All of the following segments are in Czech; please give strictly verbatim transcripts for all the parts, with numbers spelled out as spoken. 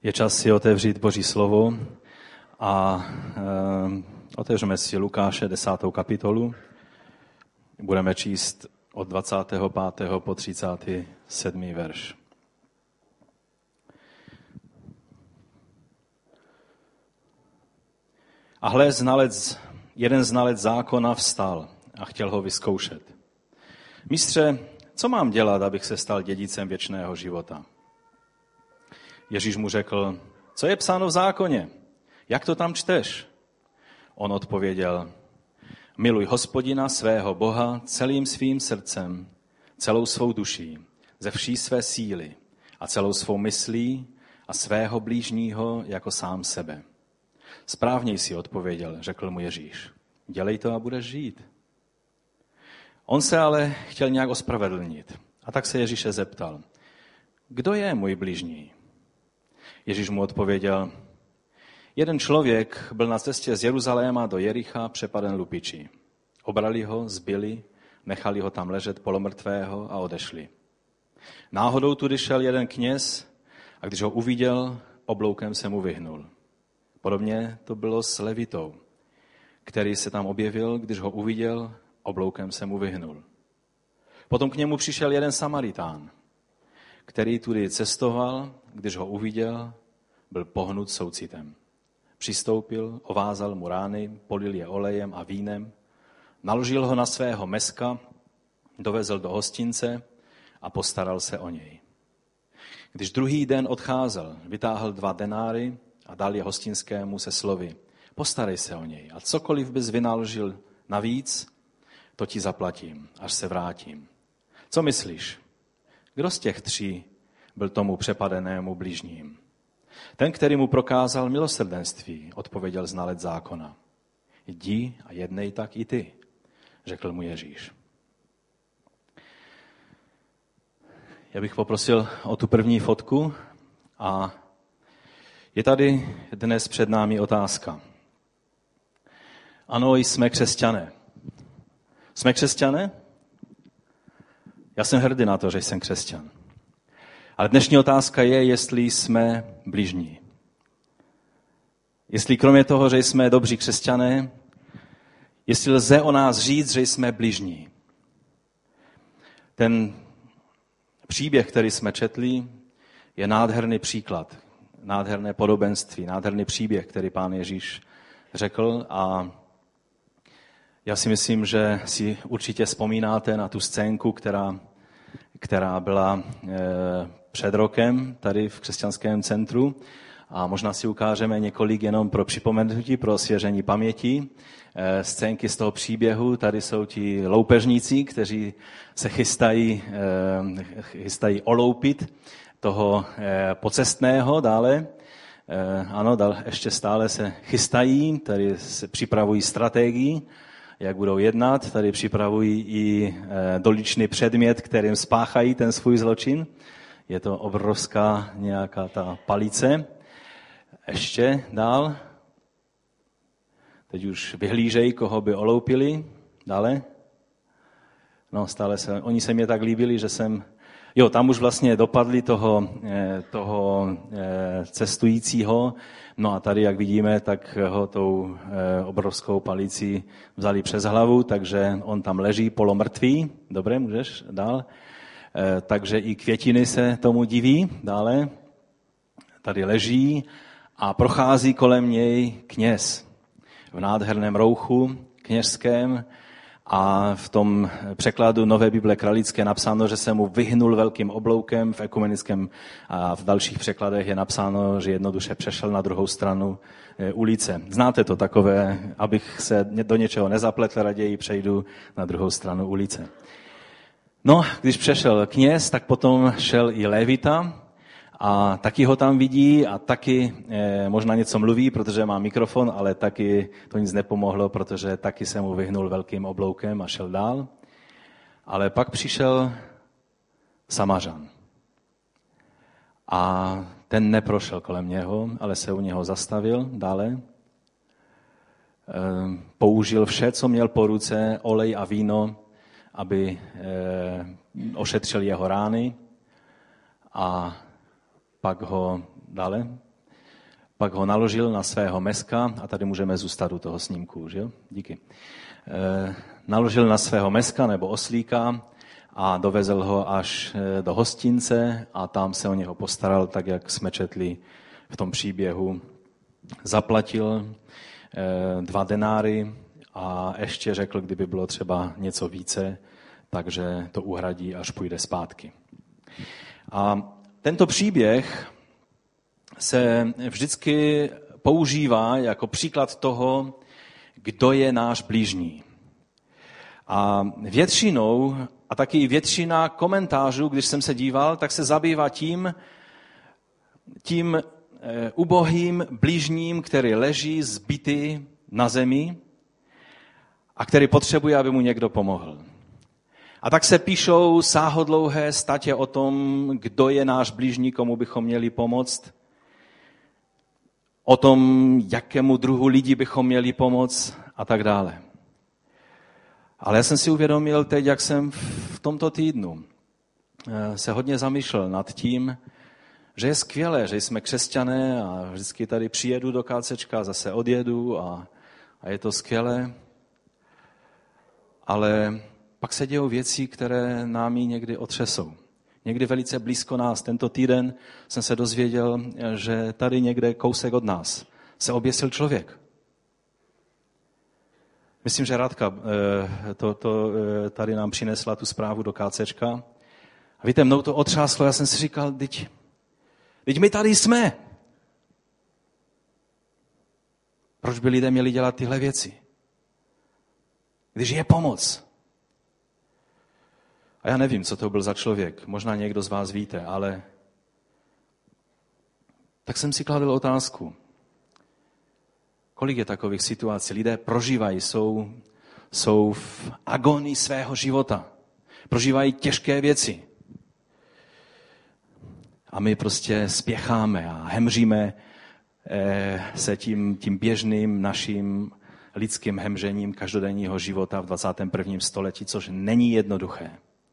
Je čas si otevřít Boží slovo a e, otevřeme si Lukáše desátou kapitolu. Budeme číst od dvacátého pátého po třicátý sedmý verš. A hle, znalec, jeden znalec zákona vstal a chtěl ho vyzkoušet. Mistře, co mám dělat, abych se stal dědicem věčného života? Ježíš mu řekl, co je psáno v zákoně? Jak to tam čteš? On odpověděl, miluj Hospodina svého Boha celým svým srdcem, celou svou duší, ze vší své síly a celou svou myslí a svého blížního jako sám sebe. Správně jsi odpověděl, řekl mu Ježíš. Dělej to a budeš žít. On se ale chtěl nějak ospravedlnit. A tak se Ježíše zeptal, kdo je můj blížní? Ježíš mu odpověděl, jeden člověk byl na cestě z Jeruzaléma do Jericha přepaden lupiči. Obrali ho, zbili, nechali ho tam ležet polomrtvého a odešli. Náhodou tudy šel jeden kněz a když ho uviděl, obloukem se mu vyhnul. Podobně to bylo s Levitou, který se tam objevil, když ho uviděl, obloukem se mu vyhnul. Potom k němu přišel jeden Samaritán, který tudy cestoval, když ho uviděl, byl pohnut soucitem. Přistoupil, ovázal mu rány, polil je olejem a vínem, naložil ho na svého meska, dovezl do hostince a postaral se o něj. Když druhý den odcházel, vytáhl dva denáry a dal je hostinskému se slovy, postarej se o něj a cokoliv bys vynaložil navíc, to ti zaplatím, až se vrátím. Co myslíš? Kdo z těch tří byl tomu přepadenému blížním? Ten, který mu prokázal milosrdenství, odpověděl znalec zákona. Jdi a jednej tak i ty, řekl mu Ježíš. Já bych poprosil o tu první fotku a je tady dnes před námi otázka. Ano, jsme křesťané. Jsme křesťané? Já jsem hrdý na to, že jsem křesťan. Ale dnešní otázka je, jestli jsme bližní. Jestli kromě toho, že jsme dobří křesťané, jestli lze o nás říct, že jsme bližní. Ten příběh, který jsme četli, je nádherný příklad, nádherné podobenství, nádherný příběh, který Pán Ježíš řekl a já si myslím, že si určitě vzpomínáte na tu scénku, která, která byla e, před rokem tady v křesťanském centru a možná si ukážeme několik jenom pro připomenutí, pro osvěžení paměti. E, scénky z toho příběhu, tady jsou ti loupežníci, kteří se chystají, e, chystají oloupit toho e, pocestného dále. E, ano, dal, ještě stále se chystají, tady se připravují strategii, jak budou jednat. Tady připravují i doličný předmět, kterým spáchají ten svůj zločin. Je to obrovská nějaká ta palice. Ještě dál. Teď už vyhlížejí, koho by oloupili. Dále. No, stále se, oni se mě tak líbili, že jsem... Jo, tam už vlastně dopadli toho, toho cestujícího. No a tady, jak vidíme, tak ho tou obrovskou palicí vzali přes hlavu, takže on tam leží polomrtvý. Dobré, můžeš dál. Takže i květiny se tomu diví. Dále. Tady leží a prochází kolem něj kněz v nádherném rouchu kněžském. A v tom překladu Nové Bible Kralické napsáno, že se mu vyhnul velkým obloukem, v ekumenickém a v dalších překladech je napsáno, že jednoduše přešel na druhou stranu ulice. Znáte to takové, abych se do něčeho nezapletl, raději přejdu na druhou stranu ulice. No, když přešel kněz, tak potom šel i Levita a taky ho tam vidí a taky eh, možná něco mluví, protože má mikrofon, ale taky to nic nepomohlo, protože taky se mu vyhnul velkým obloukem a šel dál. Ale pak přišel Samařan. A ten neprošel kolem něho, ale se u něho zastavil dále. Eh, použil vše, co měl po ruce, olej a víno, aby eh, ošetřil jeho rány a pak ho dále pak ho naložil na svého meska, a tady můžeme zůstat u toho snímku, že jo? Díky. E, naložil na svého meska nebo oslíka a dovezl ho až do hostince a tam se o něho postaral, tak jak jsme četli v tom příběhu. Zaplatil e, dva denáry a ještě řekl, kdyby bylo třeba něco více, takže to uhradí, až půjde zpátky. A tento příběh se vždycky používá jako příklad toho, kdo je náš blížní. A většinou, a taky většina komentářů, když jsem se díval, tak se zabývá tím, tím ubohým blížním, který leží zbitý na zemi a který potřebuje, aby mu někdo pomohl. A tak se píšou sáhodlouhé statě o tom, kdo je náš blížní, komu bychom měli pomoct, o tom, jakému druhu lidí bychom měli pomoct a tak dále. Ale já jsem si uvědomil teď, jak jsem v tomto týdnu se hodně zamýšlel nad tím, že je skvělé, že jsme křesťané a vždycky tady přijedu do KCčka, zase odjedu a, a je to skvělé. Ale pak se dějou věci, které námi někdy otřesou. Někdy velice blízko nás. Tento týden jsem se dozvěděl, že tady někde kousek od nás se oběsil člověk. Myslím, že Radka to, to, tady nám přinesla tu zprávu do KCčka. A víte, mnou to otřáslo, já jsem si říkal, teď, teď my tady jsme. Proč by lidé měli dělat tyhle věci? Když je pomoc. A já nevím, co to byl za člověk. Možná někdo z vás víte, ale tak jsem si kladl otázku. Kolik je takových situací? Lidé prožívají, jsou, jsou v agonii svého života. Prožívají těžké věci. A my prostě spěcháme a hemříme eh, se tím, tím běžným naším lidským hemřením každodenního života v dvacátém prvním století, což není jednoduché.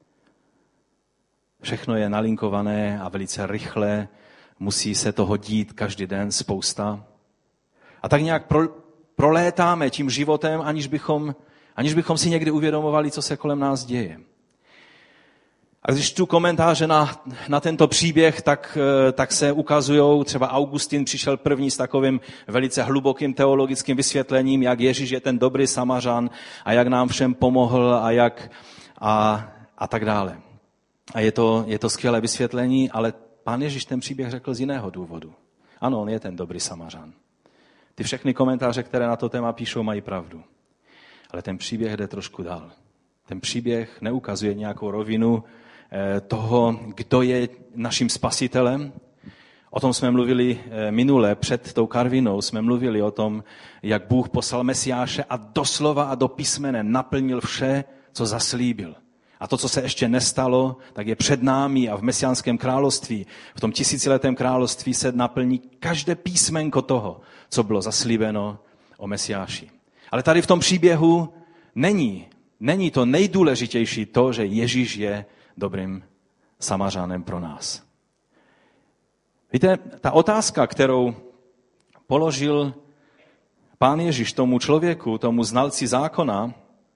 Všechno je nalinkované a velice rychle, musí se toho dít každý den spousta. A tak nějak pro, prolétáme tím životem, aniž bychom, aniž bychom si někdy uvědomovali, co se kolem nás děje. A když tu komentáře na, na tento příběh, tak, tak se ukazují, třeba Augustin přišel první s takovým velice hlubokým teologickým vysvětlením, jak Ježíš je ten dobrý Samařan a jak nám všem pomohl a, jak, a, a tak dále. A je to, je to skvělé vysvětlení, ale Pán Ježíš ten příběh řekl z jiného důvodu. Ano, on je ten dobrý Samařan. Ty všechny komentáře, které na to téma píšou, mají pravdu. Ale ten příběh jde trošku dál. Ten příběh neukazuje nějakou rovinu toho, kdo je naším spasitelem. O tom jsme mluvili minule, před tou Karvinou jsme mluvili o tom, jak Bůh poslal Mesiáše a doslova a do písmene naplnil vše, co zaslíbil. A to, co se ještě nestalo, tak je před námi a v mesiánském království, v tom tisíciletém království se naplní každé písmenko toho, co bylo zaslíbeno o Mesiáši. Ale tady v tom příběhu není, není to nejdůležitější to, že Ježíš je dobrým Samařánem pro nás. Víte, ta otázka, kterou položil Pán Ježíš tomu člověku, tomu znalci zákona,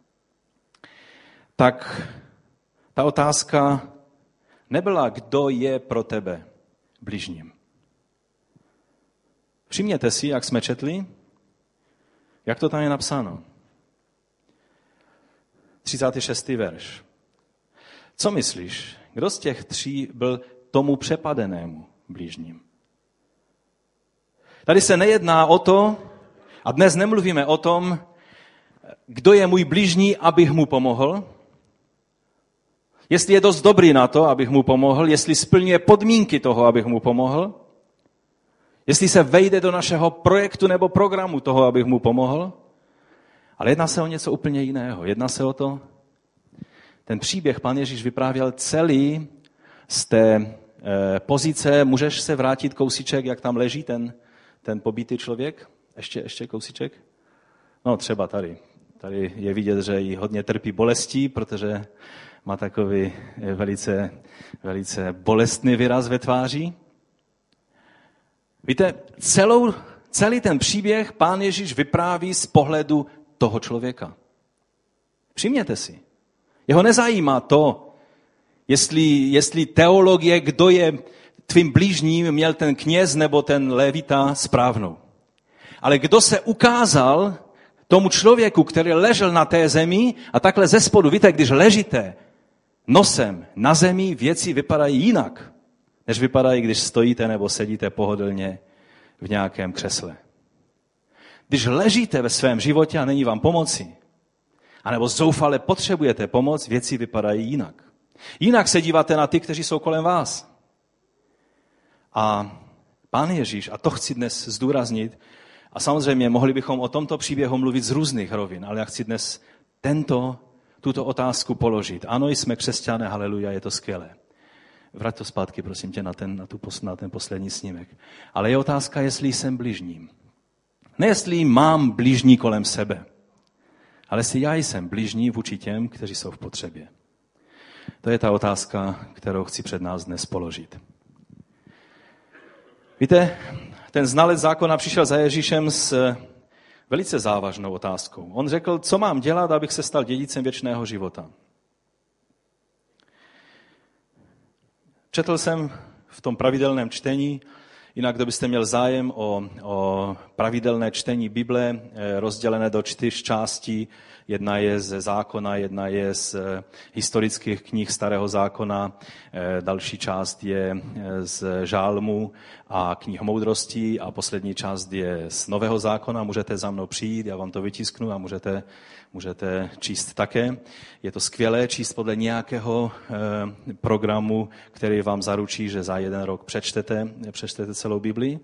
tak ta otázka nebyla, kdo je pro tebe bližním. Všimněte si, jak jsme četli, jak to tam je napsáno. třicátý šestý verš. Co myslíš, kdo z těch tří byl tomu přepadenému bližním? Tady se nejedná o to, a dnes nemluvíme o tom, kdo je můj bližní, abych mu pomohl, jestli je dost dobrý na to, abych mu pomohl, jestli splňuje podmínky toho, abych mu pomohl, jestli se vejde do našeho projektu nebo programu toho, abych mu pomohl, ale jedná se o něco úplně jiného. Jedná se o to, ten příběh Pán Ježíš vyprávěl celý z té e, pozice, můžeš se vrátit kousíček, jak tam leží ten, ten pobitý člověk? Ještě, ještě kousíček? No třeba tady. Tady je vidět, že jí hodně trpí bolestí, protože má takový velice, velice bolestný výraz ve tváři. Víte, celou, celý ten příběh Pán Ježíš vypráví z pohledu toho člověka. Všimněte si. Jeho nezajímá to, jestli, jestli teologie, kdo je tvým blížním, měl ten kněz nebo ten lévita správnou. Ale kdo se ukázal tomu člověku, který ležel na té zemi a takhle ze spodu, víte, když ležíte nosem na zemi, věci vypadají jinak, než vypadají, když stojíte nebo sedíte pohodlně v nějakém křesle. Když ležíte ve svém životě a není vám pomoci, anebo zoufale potřebujete pomoc, věci vypadají jinak. Jinak se díváte na ty, kteří jsou kolem vás. A Pán Ježíš, a to chci dnes zdůraznit, a samozřejmě mohli bychom o tomto příběhu mluvit z různých rovin, ale já chci dnes tento, tuto otázku položit. Ano, jsme křesťané, haleluja, je to skvělé. Vrať to zpátky, prosím tě, na ten, na, tu, na ten poslední snímek. Ale je otázka, jestli jsem bližním. Ne jestli mám bližní kolem sebe, ale jestli já jsem bližní vůči těm, kteří jsou v potřebě. To je ta otázka, kterou chci před nás dnes položit. Víte, ten znalec zákona přišel za Ježíšem s velice závažnou otázkou. On řekl, co mám dělat, abych se stal dědicem věčného života. Četl jsem v tom pravidelném čtení, jinak kdo byste měl zájem o, o pravidelné čtení Bible, rozdělené do čtyř částí. Jedna je ze zákona, jedna je z historických knih Starého zákona, další část je z žálmu a knih moudrostí a poslední část je z Nového zákona. Můžete za mnou přijít, já vám to vytisknu a můžete, můžete číst také. Je to skvělé číst podle nějakého programu, který vám zaručí, že za jeden rok přečtete, přečtete celou Biblii.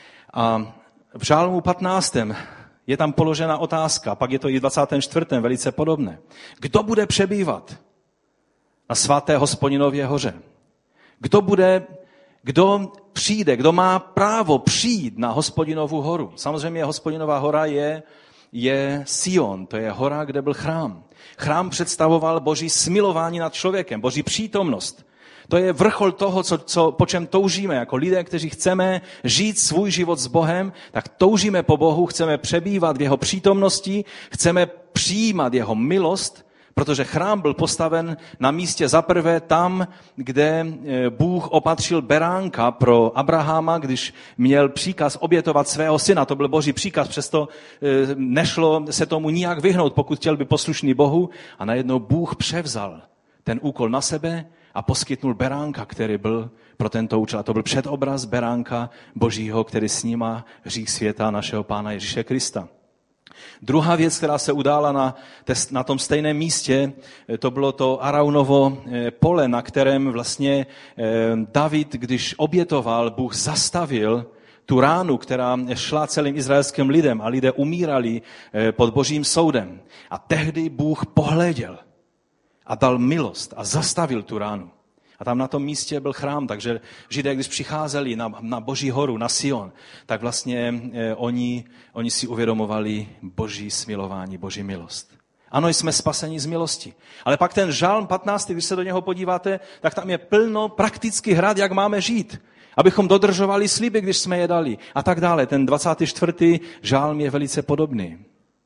A v žálmu patnáctém je tam položena otázka, pak je to i v dvacátém čtvrtém velice podobné. Kdo bude přebývat na svaté Hospodinově hoře? Kdo bude, kdo přijde, kdo má právo přijít na Hospodinovu horu? Samozřejmě Hospodinová hora je, je Sion, to je hora, kde byl chrám. Chrám představoval Boží smilování nad člověkem, Boží přítomnost. To je vrchol toho, co, co, po čem toužíme. Jako lidé, kteří chceme žít svůj život s Bohem, tak toužíme po Bohu, chceme přebývat v jeho přítomnosti, chceme přijímat jeho milost, protože chrám byl postaven na místě zaprvé tam, kde Bůh opatřil beránka pro Abrahama, když měl příkaz obětovat svého syna. To byl Boží příkaz, přesto nešlo se tomu nijak vyhnout, pokud chtěl by poslušný Bohu. A najednou Bůh převzal ten úkol na sebe a poskytnul beránka, který byl pro tento účel. A to byl předobraz beránka Božího, který snímá hřích světa našeho Pána Ježíše Krista. Druhá věc, která se udála na, na tom stejném místě, to bylo to Araunovo pole, na kterém vlastně David, když obětoval, Bůh zastavil tu ránu, která šla celým izraelským lidem a lidé umírali pod Božím soudem. A tehdy Bůh pohlédl a dal milost a zastavil tu ránu. A tam na tom místě byl chrám, takže Židé, když přicházeli na, na Boží horu, na Sion, tak vlastně eh, oni, oni si uvědomovali Boží smilování, Boží milost. Ano, jsme spaseni z milosti. Ale pak ten žálm patnáctý, když se do něho podíváte, tak tam je plno praktických rad, jak máme žít. Abychom dodržovali sliby, když jsme je dali. A tak dále. Ten dvacátý čtvrtý žálm je velice podobný.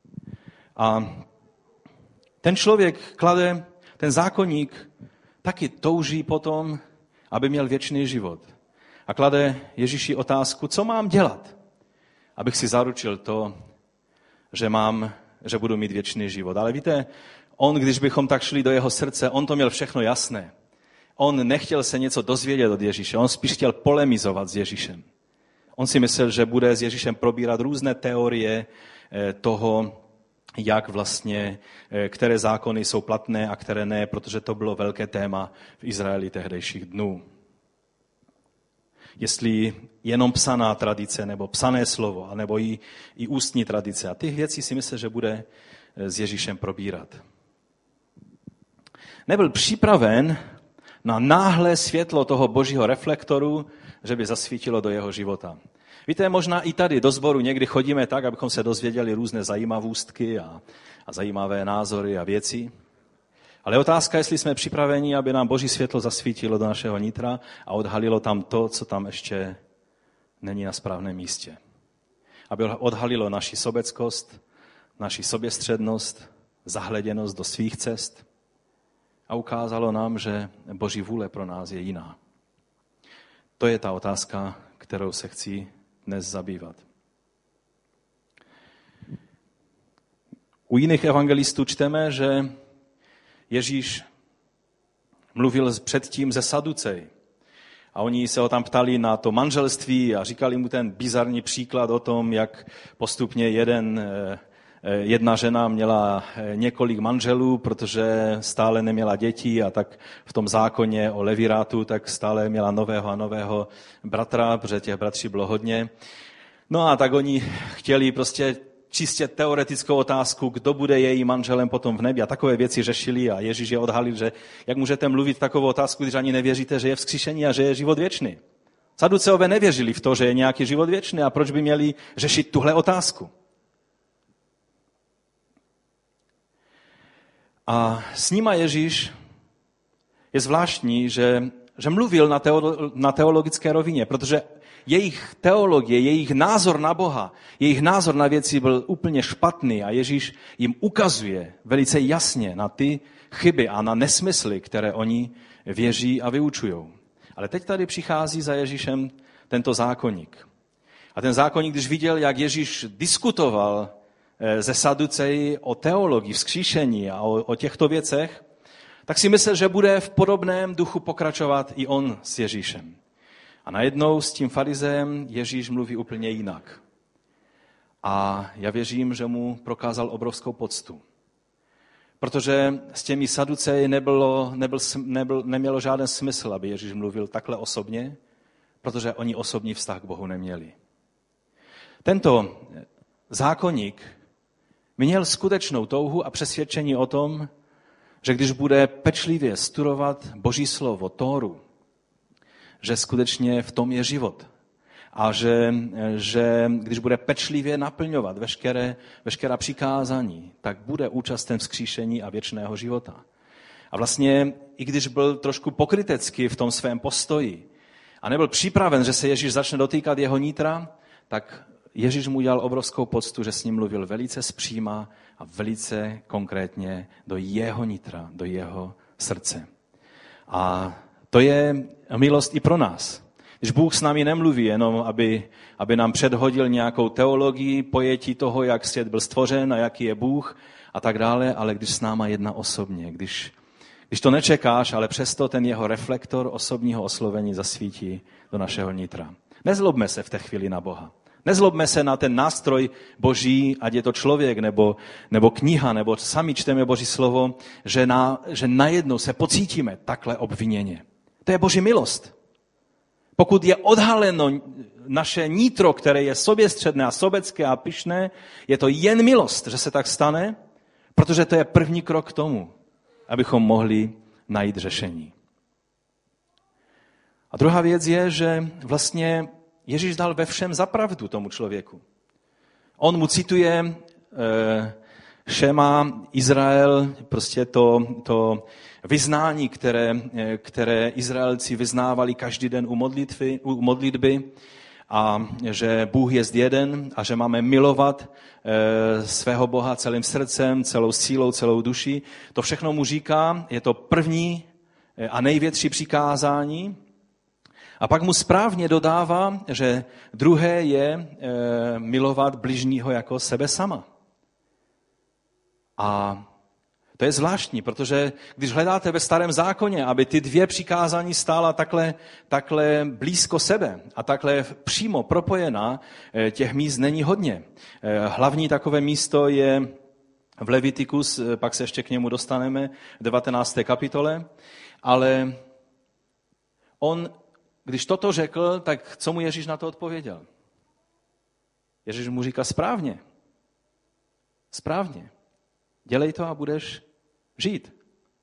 A ten člověk klade, ten zákonník taky touží potom, aby měl věčný život. A klade Ježíši otázku, co mám dělat, abych si zaručil to, že mám, že budu mít věčný život. Ale víte, on, když bychom tak šli do jeho srdce, on to měl všechno jasné. On nechtěl se něco dozvědět od Ježíše, on spíš chtěl polemizovat s Ježíšem. On si myslel, že bude s Ježíšem probírat různé teorie toho, jak vlastně, které zákony jsou platné a které ne, protože to bylo velké téma v Izraeli tehdejších dnů. Jestli jenom psaná tradice, nebo psané slovo, nebo i, i ústní tradice. A těch věcí si myslím, že bude s Ježíšem probírat. Nebyl připraven na náhlé světlo toho Božího reflektoru, že by zasvítilo do jeho života. Víte, možná i tady do sboru někdy chodíme tak, abychom se dozvěděli různé zajímavostky a, a zajímavé názory a věci. Ale otázka, jestli jsme připraveni, aby nám Boží světlo zasvítilo do našeho nitra a odhalilo tam to, co tam ještě není na správném místě. Aby odhalilo naši sobeckost, naši soběstřednost, zahleděnost do svých cest a ukázalo nám, že Boží vůle pro nás je jiná. To je ta otázka, kterou se chci dnes zabývat. U jiných evangelistů čteme, že Ježíš mluvil předtím ze Saducej. A oni se ho tam ptali na to manželství a říkali mu ten bizarní příklad o tom, jak postupně jeden, jedna žena měla několik manželů, protože stále neměla děti a tak v tom zákoně o levirátu tak stále měla nového a nového bratra, protože těch bratří bylo hodně. No a tak oni chtěli prostě čistě teoretickou otázku, kdo bude její manželem potom v nebi. A takové věci řešili a Ježíš je odhalil, že jak můžete mluvit takovou otázku, když ani nevěříte, že je vzkříšení a že je život věčný. Saduceové nevěřili v to, že je nějaký život věčný a proč by měli řešit tuhle otázku. A s nima Ježíš je zvláštní, že, že mluvil na, teolo, na teologické rovině, protože jejich teologie, jejich názor na Boha, jejich názor na věci byl úplně špatný a Ježíš jim ukazuje velice jasně na ty chyby a na nesmysly, které oni věří a vyučují. Ale teď tady přichází za Ježíšem tento zákonník. A ten zákonník, když viděl, jak Ježíš diskutoval ze Saduceji o teologii, vzkříšení a o, o těchto věcech, tak si myslel, že bude v podobném duchu pokračovat i on s Ježíšem. A najednou s tím farizeem Ježíš mluví úplně jinak. A já věřím, že mu prokázal obrovskou poctu. Protože s těmi Saduceji nebylo, nebyl, nebyl, nemělo žádný smysl, aby Ježíš mluvil takhle osobně, protože oni osobní vztah k Bohu neměli. Tento zákonník měl skutečnou touhu a přesvědčení o tom, že když bude pečlivě studovat Boží slovo, Tóru, že skutečně v tom je život. A že, že když bude pečlivě naplňovat veškeré, veškerá přikázání, tak bude účasten vzkříšení a věčného života. A vlastně, i když byl trošku pokrytecký v tom svém postoji a nebyl připraven, že se Ježíš začne dotýkat jeho nitra, tak Ježíš mu udělal obrovskou poctu, že s ním mluvil velice zpříma a velice konkrétně do jeho nitra, do jeho srdce. A to je milost i pro nás. Když Bůh s námi nemluví jenom, aby, aby nám předhodil nějakou teologii, pojetí toho, jak svět byl stvořen a jaký je Bůh a tak dále, ale když s náma jedná osobně, když, když to nečekáš, ale přesto ten jeho reflektor osobního oslovení zasvítí do našeho nitra. Nezlobme se v té chvíli na Boha. Nezlobme se na ten nástroj Boží, ať je to člověk, nebo, nebo kniha, nebo sami čteme Boží slovo, že, na, že najednou se pocítíme takhle obviněně. To je Boží milost. Pokud je odhaleno naše nitro, které je soběstředné a sobecké a pyšné, je to jen milost, že se tak stane, protože to je první krok k tomu, abychom mohli najít řešení. A druhá věc je, že vlastně Ježíš dal ve všem za pravdu tomu člověku. On mu cituje eh, Šema Izrael, prostě to, to vyznání, které, které Izraelci vyznávali každý den u modlitby, u modlitby a že Bůh je jeden a že máme milovat eh, svého Boha celým srdcem, celou sílou, celou duší. To všechno mu říká, je to první a největší přikázání. A pak mu správně dodává, že druhé je e, milovat bližního jako sebe sama. A to je zvláštní, protože když hledáte ve Starém zákoně, aby ty dvě přikázání stála takhle, takhle blízko sebe a takhle přímo propojená, těch míst není hodně. Hlavní takové místo je v Levitikus, pak se ještě k němu dostaneme, v devatenácté kapitole, ale on, když toto řekl, tak co mu Ježíš na to odpověděl? Ježíš mu říká správně. Správně. Dělej to a budeš žít.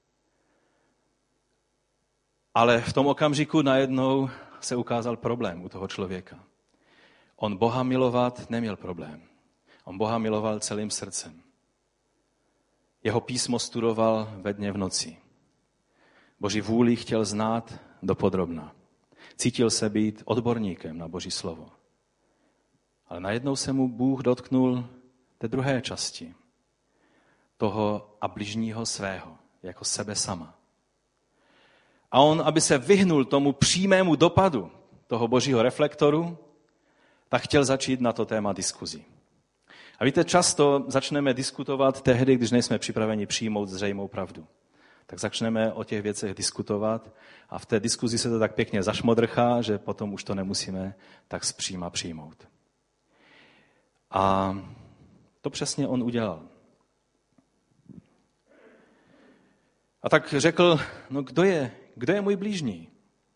Ale v tom okamžiku najednou se ukázal problém u toho člověka. On Boha milovat neměl problém. On Boha miloval celým srdcem. Jeho písmo studoval ve dně v noci. Boží vůli chtěl znát dopodrobna. Cítil se být odborníkem na Boží slovo. Ale najednou se mu Bůh dotknul té druhé části. Toho a bližního svého, jako sebe sama. A on, aby se vyhnul tomu přímému dopadu toho božího reflektoru, tak chtěl začít na to téma diskuzí. A víte, často začneme diskutovat tehdy, když nejsme připraveni přijmout zřejmou pravdu. Tak začneme o těch věcech diskutovat a v té diskuzi se to tak pěkně zašmodrchá, že potom už to nemusíme tak zpříma přijmout. A to přesně on udělal. A tak řekl, no kdo je, kdo je můj blížní?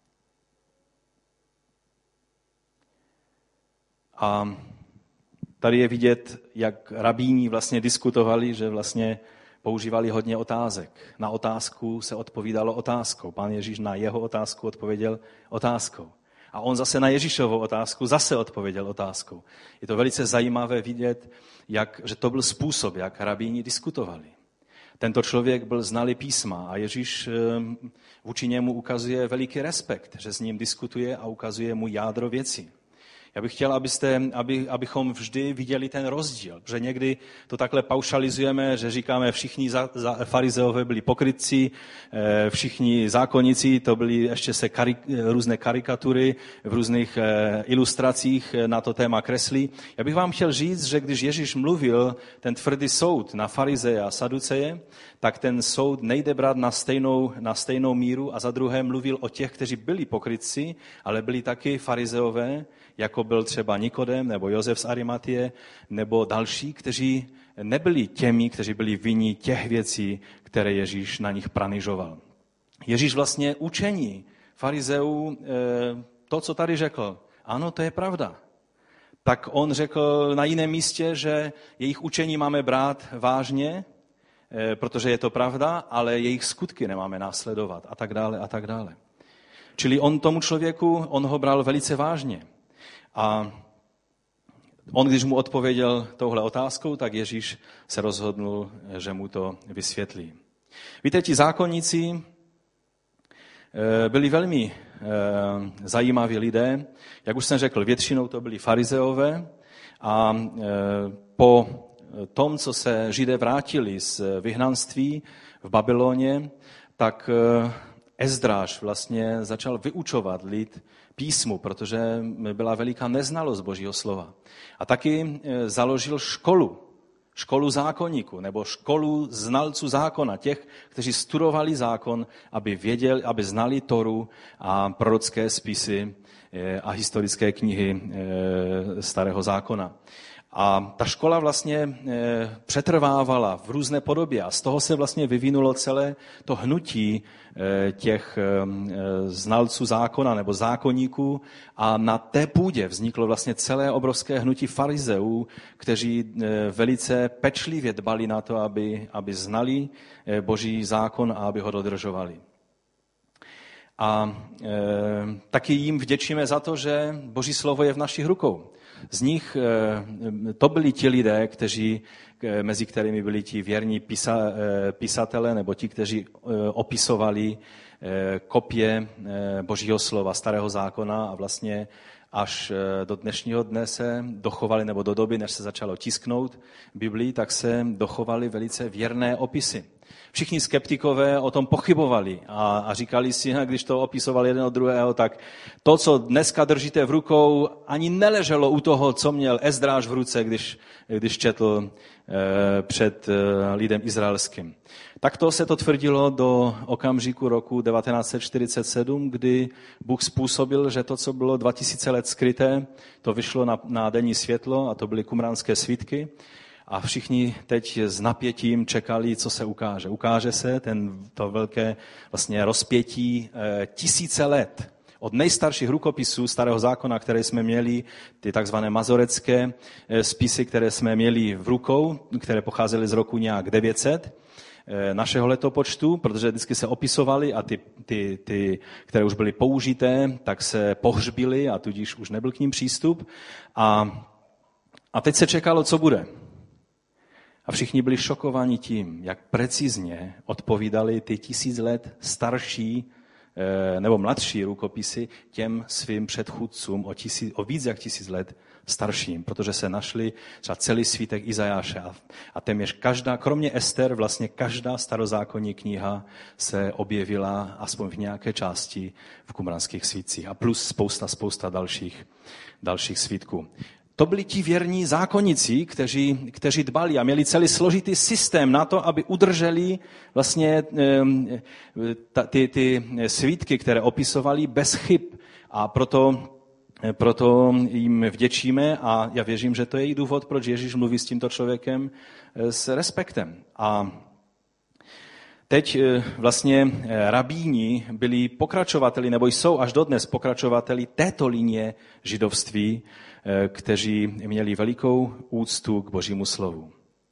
A tady je vidět, jak rabíni vlastně diskutovali, že vlastně používali hodně otázek. Na otázku se odpovídalo otázkou. Pán Ježíš na jeho otázku odpověděl otázkou. A on zase na Ježíšovu otázku zase odpověděl otázkou. Je to velice zajímavé vidět, jak, že to byl způsob, jak rabíni diskutovali. Tento člověk byl znalý písma a Ježíš vůči němu ukazuje veliký respekt, že s ním diskutuje a ukazuje mu jádro věcí. Já bych chtěl, abyste, aby, abychom vždy viděli ten rozdíl, protože někdy to takhle paušalizujeme, že říkáme, všichni za, za, farizeové byli pokrytci, všichni zákonníci, to byly ještě se karik, různé karikatury v různých ilustracích na to téma kreslí. Já bych vám chtěl říct, že když Ježíš mluvil ten tvrdý soud na farizeje a saduceje, tak ten soud nejde brát na stejnou, na stejnou míru a za druhé mluvil o těch, kteří byli pokrytci, ale byli taky farizeové, jako byl třeba Nikodem nebo Josef z Arimatie, nebo další, kteří nebyli těmi, kteří byli vinni těch věcí, které Ježíš na nich pranižoval. Ježíš vlastně učení farizeů, to, co tady řekl, ano, to je pravda. Tak on řekl na jiném místě, že jejich učení máme brát vážně, protože je to pravda, ale jejich skutky nemáme následovat a tak dále a tak dále. Čili on tomu člověku, on ho bral velice vážně. A on, když mu odpověděl touhle otázkou, tak Ježíš se rozhodnul, že mu to vysvětlí. Víte, ti zákonníci byli velmi zajímaví lidé. Jak už jsem řekl, většinou to byli farizeové a po tom, co se Židé vrátili z vyhnanství v Babyloně, tak Ezdráš vlastně začal vyučovat lid písmu, protože byla veliká neznalost Božího slova. A taky založil školu, školu zákonníků, nebo školu znalců zákona, těch, kteří studovali zákon, aby věděli, aby znali Toru a prorocké spisy a historické knihy Starého zákona. A ta škola vlastně přetrvávala v různé podobě a z toho se vlastně vyvinulo celé to hnutí těch znalců zákona nebo zákonníků a na té půdě vzniklo vlastně celé obrovské hnutí farizeů, kteří velice pečlivě dbali na to, aby, aby znali Boží zákon a aby ho dodržovali. A e, taky jim vděčíme za to, že Boží slovo je v našich rukou. Z nich to byli ti lidé, kteří, mezi kterými byli ti věrní pisa, pisatele nebo ti, kteří opisovali kopie Božího slova, Starého zákona a vlastně až do dnešního dne se dochovali, nebo do doby, než se začalo tisknout Biblii, tak se dochovaly velice věrné opisy. Všichni skeptikové o tom pochybovali a, a říkali si, když to opisoval jeden od druhého, tak to, co dneska držíte v rukou, ani neleželo u toho, co měl Ezdráš v ruce, když, když četl eh, před eh, lidem izraelským. Takto se to tvrdilo do okamžiku roku devatenáct set čtyřicet sedm, kdy Bůh způsobil, že to, co bylo dva tisíce let skryté, to vyšlo na, na denní světlo a to byly kumránské svitky. A všichni teď s napětím čekali, co se ukáže. Ukáže se ten, to velké vlastně rozpětí e, tisíce let. Od nejstarších rukopisů Starého zákona, které jsme měli, ty takzvané mazorecké e, spisy, které jsme měli v rukou, které pocházely z roku nějak devět set e, našeho letopočtu, protože vždycky se opisovaly a ty, ty, ty, které už byly použité, tak se pohřbily a tudíž už nebyl k ním přístup. A, a teď se čekalo, co bude. A všichni byli šokováni tím, jak precizně odpovídali ty tisíc let starší nebo mladší rukopisy těm svým předchůdcům o, tisíc, o víc jak tisíc let starším, protože se našli třeba celý svítek Izajáše a, a téměř každá, kromě Ester, vlastně každá starozákonní kniha se objevila aspoň v nějaké části v Qumranských svítcích a plus spousta, spousta dalších, dalších svítků. To byli ti věrní zákonníci, kteří, kteří dbali a měli celý složitý systém na to, aby udrželi vlastně ta, ty, ty svítky, které opisovali, bez chyb. A proto, proto jim vděčíme a já věřím, že to je i důvod, proč Ježíš mluví s tímto člověkem s respektem. A teď vlastně rabíni byli pokračovateli, nebo jsou až dodnes pokračovateli této linie židovství, kteří měli velikou úctu k Božímu slovu.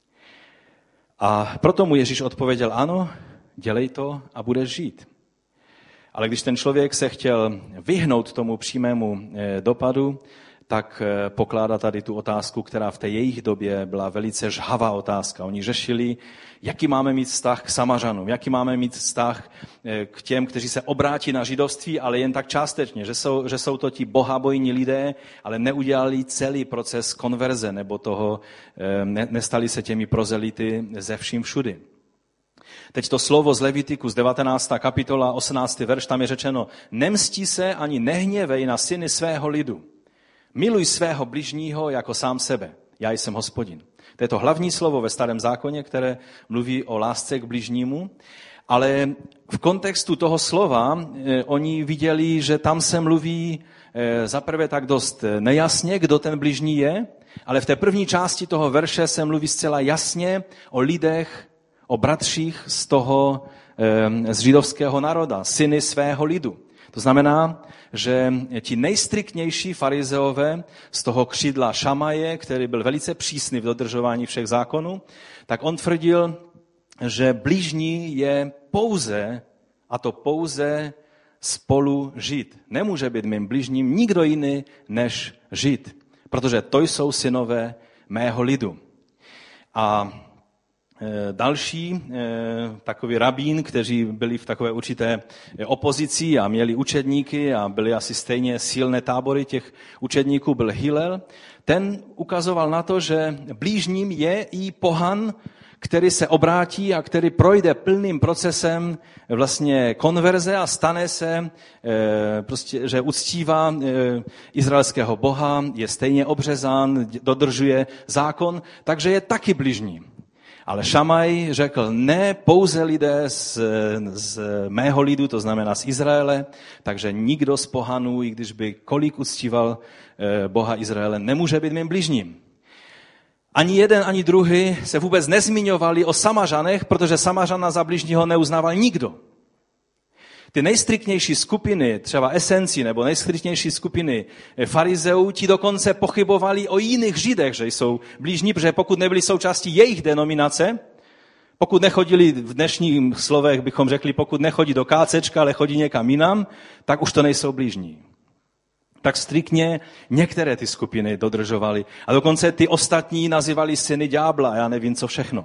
A proto mu Ježíš odpověděl, ano, dělej to a budeš žít. Ale když ten člověk se chtěl vyhnout tomu přímému dopadu, tak pokládá tady tu otázku, která v té jejich době byla velice žhavá otázka. Oni řešili, jaký máme mít vztah k Samařanům, jaký máme mít vztah k těm, kteří se obrátí na židovství, ale jen tak částečně, že jsou, že jsou to ti bohabojní lidé, ale neudělali celý proces konverze, nebo toho, ne, nestali se těmi prozelity ze vším všudy. Teď to slovo z Levitikus, devatenáctá kapitola, osmnáctý verš, tam je řečeno, nemstí se ani nehněvej na syny svého lidu. Miluj svého bližního jako sám sebe. Já jsem Hospodin. To je to hlavní slovo ve Starém zákoně, které mluví o lásce k bližnímu, ale v kontextu toho slova eh, oni viděli, že tam se mluví eh, zaprvé tak dost nejasně, kdo ten bližní je, ale v té první části toho verše se mluví zcela jasně o lidech, o bratřích z toho, eh, z židovského národa, syny svého lidu. To znamená, že ti nejstriktnější farizeové z toho křídla Šamaje, který byl velice přísný v dodržování všech zákonů, tak on tvrdil, že bližní je pouze, a to pouze spolu žít. Nemůže být mým bližním nikdo jiný než žít, protože to jsou synové mého lidu. A další takový rabín, kteří byli v takové určité opozici a měli učedníky a byli asi stejně silné tábory těch učedníků, byl Hillel, ten ukazoval na to, že blížním je i pohan, který se obrátí a který projde plným procesem vlastně konverze a stane se, prostě, že uctívá izraelského Boha, je stejně obřezán, dodržuje zákon, takže je taky bližní. Ale Šamaj řekl, ne pouze lidé z, z mého lidu, to znamená z Izraele, takže nikdo z pohanů, i když by kolik uctíval Boha Izraele, nemůže být mým bližním. Ani jeden, ani druhý se vůbec nezmiňovali o Samařanech, protože Samařana za bližního neuznával nikdo. Ty nejstriktnější skupiny, třeba esenci nebo nejstriktnější skupiny farizeů, ti dokonce pochybovali o jiných židech, že jsou blížní, protože pokud nebyli součástí jejich denominace, pokud nechodili, v dnešních slovech bychom řekli, pokud nechodí do kácečka, ale chodí někam jinam, tak už to nejsou blížní. Tak striktně některé ty skupiny dodržovali. A dokonce ty ostatní nazývali syny ďábla, já nevím co všechno.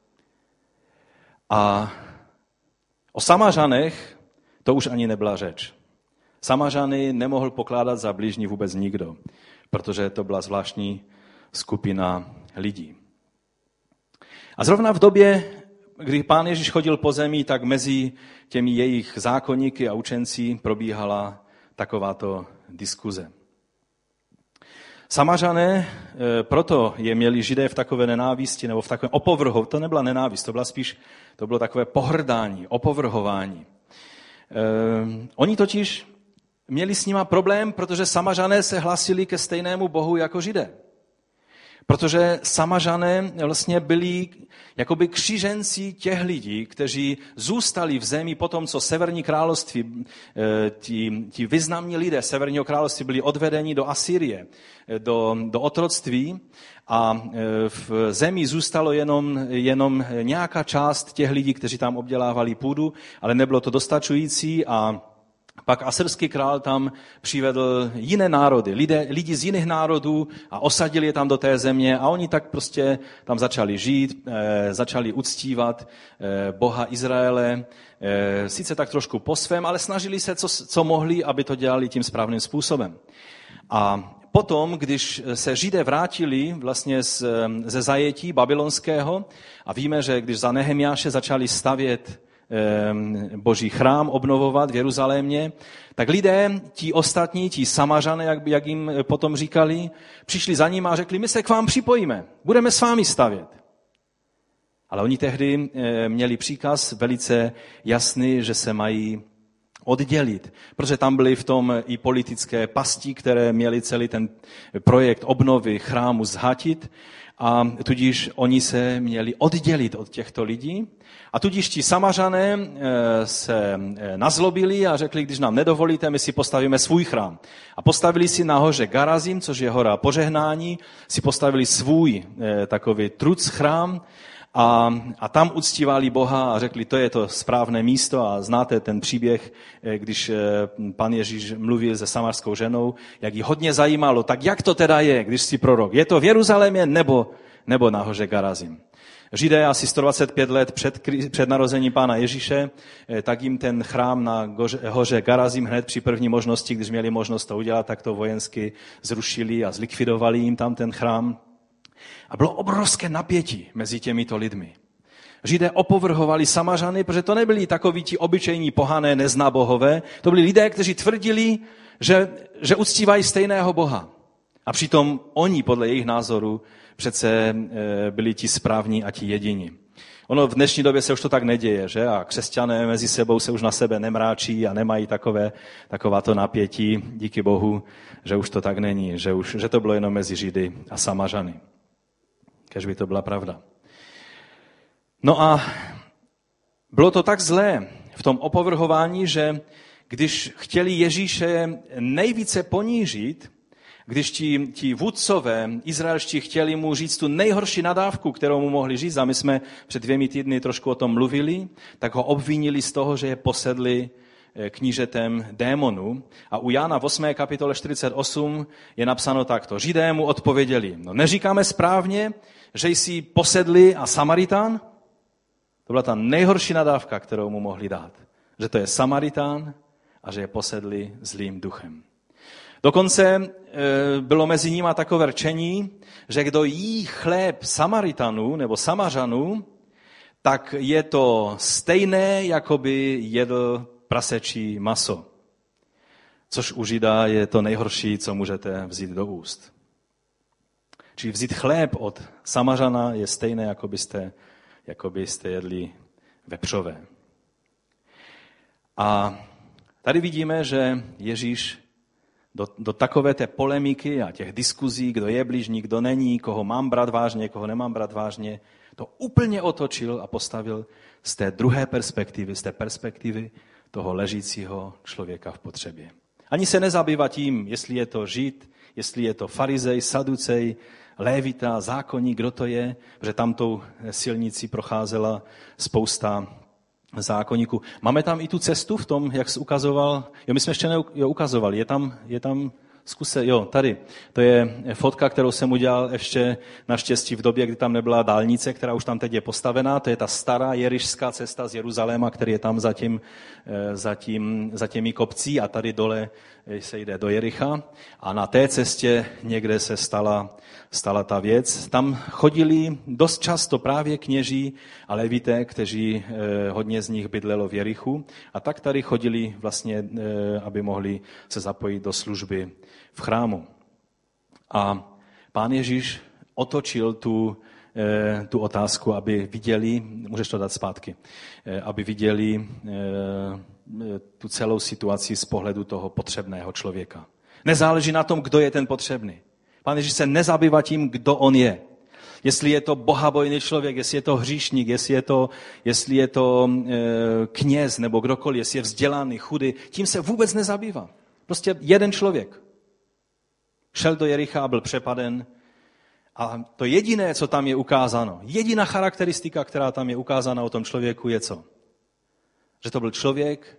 A o Samařanech to už ani nebyla řeč. Samařany nemohl pokládat za blížní vůbec nikdo, protože to byla zvláštní skupina lidí. A zrovna v době, kdy Pán Ježíš chodil po zemi, tak mezi těmi jejich zákonníky a učenci probíhala takováto diskuze. Samařané, proto je měli Židé v takové nenávisti nebo v takovém opovrhu. To nebyla nenávist, to byla spíš, to bylo takové pohrdání, opovrhování. Eh, oni totiž měli s nima problém, protože Samařané se hlásili ke stejnému Bohu jako Židé. Protože Samařané vlastně byli jakoby kříženci těch lidí, kteří zůstali v zemi po tom, co Severní království, ti, ti významní lidé Severního království byli odvedeni do Asýrie, do, do otroctví a v zemi zůstalo jenom, jenom nějaká část těch lidí, kteří tam obdělávali půdu, ale nebylo to dostačující a Pak asyrský král tam přivedl jiné národy, lidé, lidi z jiných národů a osadili je tam do té země a oni tak prostě tam začali žít, e, začali uctívat e, Boha Izraele, e, sice tak trošku po svém, ale snažili se, co, co mohli, aby to dělali tím správným způsobem. A potom, když se Židé vrátili vlastně z, ze zajetí babylonského a víme, že když za Nehemiáše začali stavět Boží chrám obnovovat v Jeruzalémě, tak lidé, ti ostatní, ti Samařané, jak, jak jim potom říkali, přišli za ním a řekli, my se k vám připojíme, budeme s vámi stavět. Ale oni tehdy měli příkaz velice jasný, že se mají oddělit, protože tam byly v tom i politické pasti, které měly celý ten projekt obnovy chrámu zhatit, a tudíž oni se měli oddělit od těchto lidí. A tudíž ti Samařané se nazlobili a řekli, když nám nedovolíte, my si postavíme svůj chrám. A postavili si na hoře Garazim, což je hora požehnání, si postavili svůj takový truc chrám a, a tam uctívali Boha a řekli, to je to správné místo. A znáte ten příběh, když pan Ježíš mluvil se samarskou ženou, jak ji hodně zajímalo, tak jak to teda je, když jsi prorok? Je to v Jeruzalémě nebo, nebo na hoře Garazim? Židé asi sto dvacet pět let před, před narozením pána Ježíše, tak jim ten chrám na hoře Garazim hned při první možnosti, když měli možnost to udělat, tak to vojensky zrušili a zlikvidovali jim tam ten chrám. A bylo obrovské napětí mezi těmito lidmi. Židé opovrhovali Samařany, protože to nebyli takoví ti obyčejní pohané neznabohové, to byli lidé, kteří tvrdili, že, že uctívají stejného Boha. A přitom oni, podle jejich názoru, přece byli ti správní a ti jediní. Ono v dnešní době se už to tak neděje, že? A křesťané mezi sebou se už na sebe nemráčí a nemají takové, takováto napětí, díky Bohu, že už to tak není, že, už, že to bylo jenom mezi Židy a Samařany. Kéž by to byla pravda. No a bylo to tak zlé v tom opovrhování, že když chtěli Ježíše nejvíce ponížit, když ti, ti vůdcové izraelští chtěli mu říct tu nejhorší nadávku, kterou mu mohli říct, a my jsme před dvěmi týdny trošku o tom mluvili, tak ho obvinili z toho, že je posedli knížetem démonů. A u Jana v osmé kapitole čtyřicet osm je napsáno takto. Židé mu odpověděli, no neříkáme správně, že jsi posedli a Samaritán? To byla ta nejhorší nadávka, kterou mu mohli dát. Že to je Samaritán a že je posedli zlým duchem. Dokonce bylo mezi nimi takové rčení, že kdo jí chléb Samaritanů nebo Samařanů, tak je to stejné, jako by jedl prasečí maso. Což u Žida je to nejhorší, co můžete vzít do úst. Čili vzít chléb od Samařana je stejné, jako byste, jako byste jedli vepřové. A tady vidíme, že Ježíš do, do takové té polemiky a těch diskuzí, kdo je blížní, kdo není, koho mám brát vážně, koho nemám brát vážně, to úplně otočil a postavil z té druhé perspektivy, z té perspektivy toho ležícího člověka v potřebě. Ani se nezabývá tím, jestli je to Žid, jestli je to farizej, saducej, lévita, zákonník, kdo to je, protože tamtou silnicí procházela spousta zákonníků. Máme tam i tu cestu v tom, jak jsi ukazoval. Jo, my jsme ještě neukazovali. Je tam, je tam zkuse, jo, tady. To je fotka, kterou jsem udělal ještě naštěstí v době, kdy tam nebyla dálnice, která už tam teď je postavená. To je ta stará jerišská cesta z Jeruzaléma, který je tam za, tím, za, tím, za těmi kopcí a tady dole se jde do Jericha. A na té cestě někde se stala, stala ta věc. Tam chodili dost často právě kněží a levité, kteří hodně z nich bydlelo v Jerichu. A tak tady chodili vlastně, aby mohli se zapojit do služby v chrámu. A pán Ježíš otočil tu, tu otázku, aby viděli, můžeš to dát zpátky, aby viděli tu celou situaci z pohledu toho potřebného člověka. Nezáleží na tom, kdo je ten potřebný. Pán Ježíš se nezabývá tím, kdo on je. Jestli je to bohabojný člověk, jestli je to hříšník, jestli je to, jestli je to e, kněz nebo kdokoliv, jestli je vzdělaný, chudý, tím se vůbec nezabývá. Prostě jeden člověk šel do Jericha a byl přepaden. A to jediné, co tam je ukázáno, jediná charakteristika, která tam je ukázána o tom člověku, je co? Že to byl člověk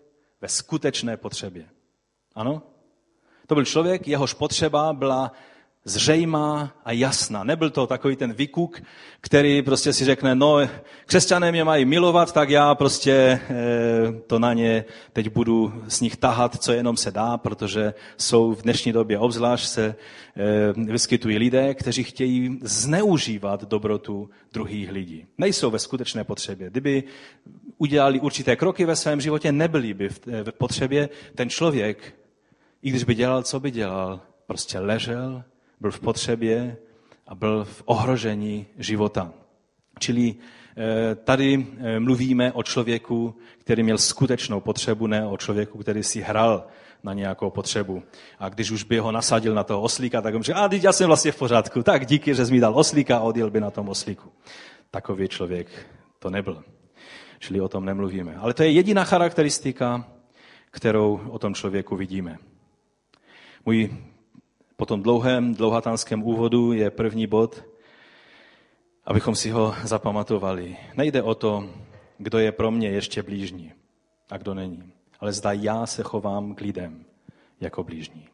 ve skutečné potřebě. Ano? To byl člověk, jehož potřeba byla zřejmá a jasná. Nebyl to takový ten vykuk, který prostě si řekne, no, křesťané mě mají milovat, tak já prostě e, to na ně teď budu z nich tahat, co jenom se dá, protože jsou v dnešní době obzvlášť se e, vyskytují lidé, kteří chtějí zneužívat dobrotu druhých lidí. Nejsou ve skutečné potřebě. Kdyby udělali určité kroky ve svém životě, nebyli by v, v potřebě, ten člověk, i když by dělal, co by dělal, prostě ležel, byl v potřebě a byl v ohrožení života. Čili tady mluvíme o člověku, který měl skutečnou potřebu, ne o člověku, který si hrál na nějakou potřebu. A když už by ho nasadil na toho oslíka, tak on říká, a teď já jsem vlastně v pořádku, tak díky, že jsi mi dal oslíka a odjel by na tom oslíku. Takový člověk to nebyl. Čili o tom nemluvíme. Ale to je jediná charakteristika, kterou o tom člověku vidíme. Můj po tom dlouhém, dlouhatánském úvodu je první bod, abychom si ho zapamatovali. Nejde o to, kdo je pro mě ještě blížní a kdo není, ale zda já se chovám k lidem jako blížní.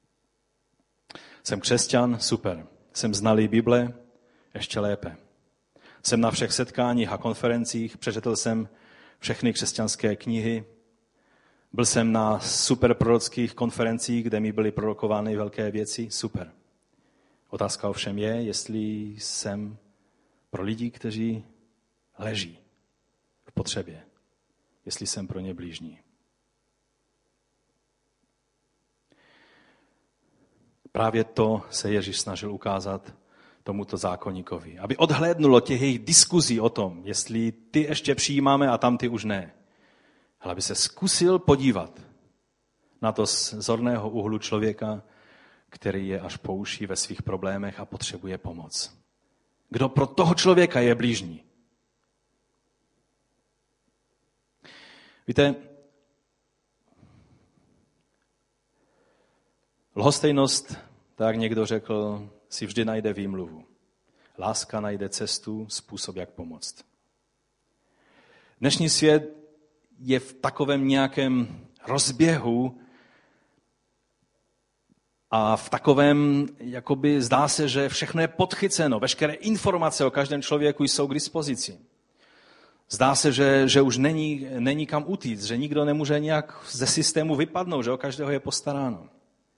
Jsem křesťan, super. Jsem znalý Bible, ještě lépe. Jsem na všech setkáních a konferencích, přečetl jsem všechny křesťanské knihy, byl jsem na super prorockých konferencích, kde mi byly prorokovány velké věci, super. Otázka ovšem je, jestli jsem pro lidi, kteří leží v potřebě, jestli jsem pro ně blížní. Právě to se Ježíš snažil ukázat tomuto zákonníkovi, aby odhlédnulo těch jejich diskuzí o tom, jestli ty ještě přijímáme a tam ty už ne. Ale aby se zkusil podívat na to z zorného úhlu člověka, který je až po uši ve svých problémech a potřebuje pomoc. Kdo pro toho člověka je blížní? Víte, lhostejnost, tak někdo řekl, si vždy najde výmluvu. Láska najde cestu, způsob, jak pomoct. Dnešní svět je v takovém nějakém rozběhu a v takovém, jakoby zdá se, že všechno je podchyceno, veškeré informace o každém člověku jsou k dispozici. Zdá se, že, že už není, není kam utíct, že nikdo nemůže nějak ze systému vypadnout, že o každého je postaráno.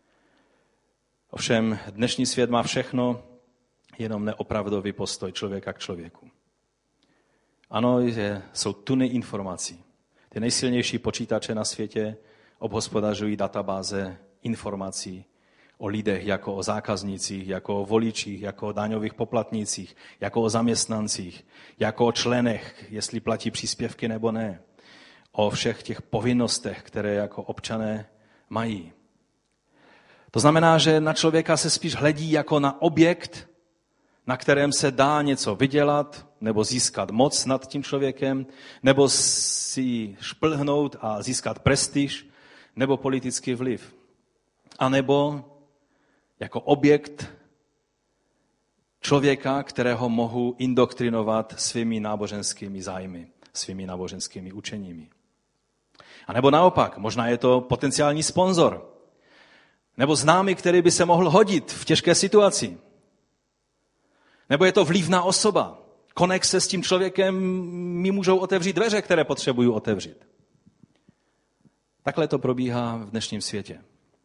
Ovšem dnešní svět má všechno, jenom neopravdový postoj člověka k člověku. Ano, je, jsou tuny informací. Ty nejsilnější počítače na světě obhospodařují databáze informací o lidech jako o zákaznících, jako o voličích, jako o daňových poplatnících, jako o zaměstnancích, jako o členech, jestli platí příspěvky nebo ne. O všech těch povinnostech, které jako občané mají. To znamená, že na člověka se spíš hledí jako na objekt, na kterém se dá něco vydělat, nebo získat moc nad tím člověkem, nebo si šplhnout a získat prestiž, nebo politický vliv. A nebo jako objekt člověka, kterého mohu indoktrinovat svými náboženskými zájmy, svými náboženskými učeními. A nebo naopak, možná je to potenciální sponzor, nebo známý, který by se mohl hodit v těžké situaci. Nebo je to vlivná osoba. Konexe s tím člověkem mi můžou otevřít dveře, které potřebuju otevřít. Takhle to probíhá v dnešním světě.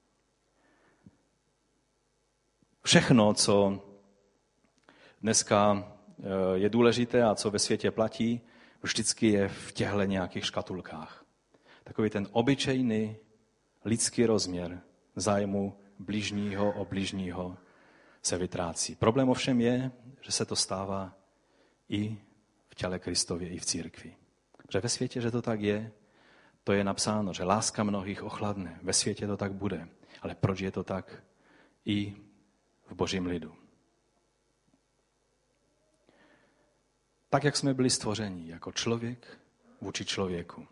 Všechno, co dneska je důležité a co ve světě platí, vždycky je v těchto nějakých škatulkách. Takový ten obyčejný lidský rozměr zájmu bližního o bližního se vytrácí. Problém ovšem je, že se to stává i v těle Kristově, i v církvi. Že ve světě, že to tak je, to je napsáno, že láska mnohých ochladne. Ve světě to tak bude. Ale proč je to tak i v Božím lidu? Tak, jak jsme byli stvořeni, jako člověk vůči člověku.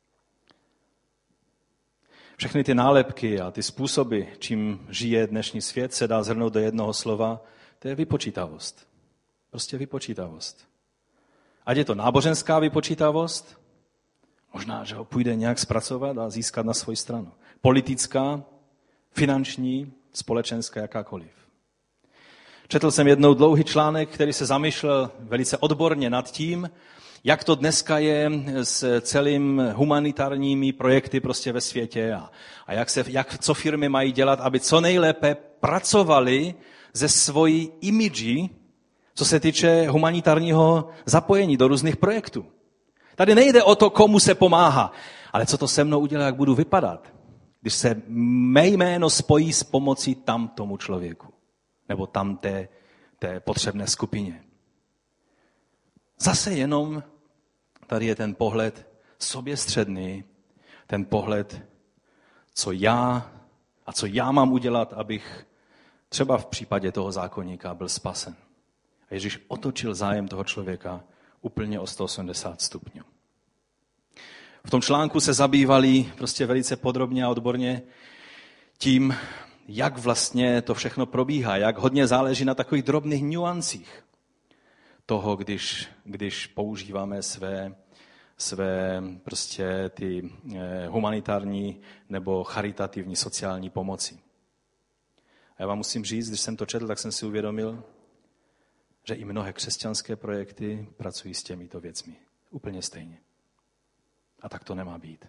Všechny ty nálepky a ty způsoby, čím žije dnešní svět, se dá shrnout do jednoho slova, to je vypočítavost. Prostě vypočítavost. Ať je to náboženská vypočítavost, Možná, že ho půjde nějak zpracovat a získat na svou stranu. Politická, finanční, společenská, jakákoliv. Četl jsem jednou dlouhý článek, který se zamýšlel velice odborně nad tím, jak to dneska je s celým humanitárními projekty prostě ve světě a, a jak, se, jak co firmy mají dělat, aby co nejlépe pracovali ze svojí imidži, co se týče humanitárního zapojení do různých projektů. Tady nejde o to, komu se pomáhá, ale co to se mnou udělá, jak budu vypadat, když se mé jméno spojí s pomocí tam tomu člověku nebo tam té, té potřebné skupině. Zase jenom tady je ten pohled soběstředný, ten pohled, co já a co já mám udělat, abych třeba v případě toho zákonníka byl spasen. A Ježíš otočil zájem toho člověka úplně o sto osmdesát stupňů. V tom článku se zabývali prostě velice podrobně a odborně tím, jak vlastně to všechno probíhá, jak hodně záleží na takových drobných nuancích toho, když, když používáme své, své prostě ty humanitární nebo charitativní sociální pomoci. A já vám musím říct, když jsem to četl, tak jsem si uvědomil, že i mnohé křesťanské projekty pracují s těmito věcmi. Úplně stejně. A tak to nemá být.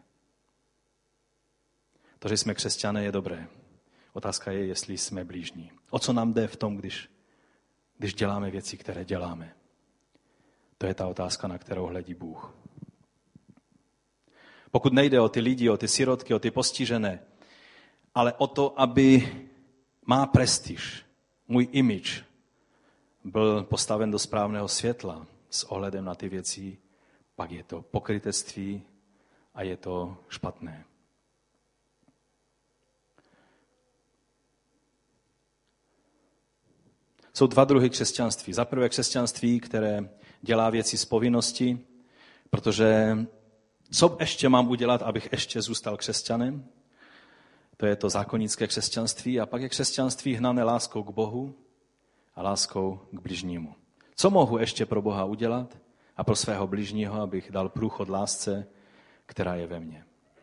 To, že jsme křesťané, je dobré. Otázka je, jestli jsme blížní. O co nám jde v tom, když, když děláme věci, které děláme? To je ta otázka, na kterou hledí Bůh. Pokud nejde o ty lidi, o ty sirotky, o ty postižené, ale o to, aby má prestiž, můj image byl postaven do správného světla s ohledem na ty věci, pak je to pokrytectví a je to špatné. Jsou dva druhy křesťanství. Za prvé křesťanství, které dělá věci z povinnosti, protože co ještě mám udělat, abych ještě zůstal křesťanem? To je to zákonnické křesťanství. A pak je křesťanství hnané láskou k Bohu a láskou k bližnímu. Co mohu ještě pro Boha udělat a pro svého bližního, abych dal průchod lásce, která je ve mně?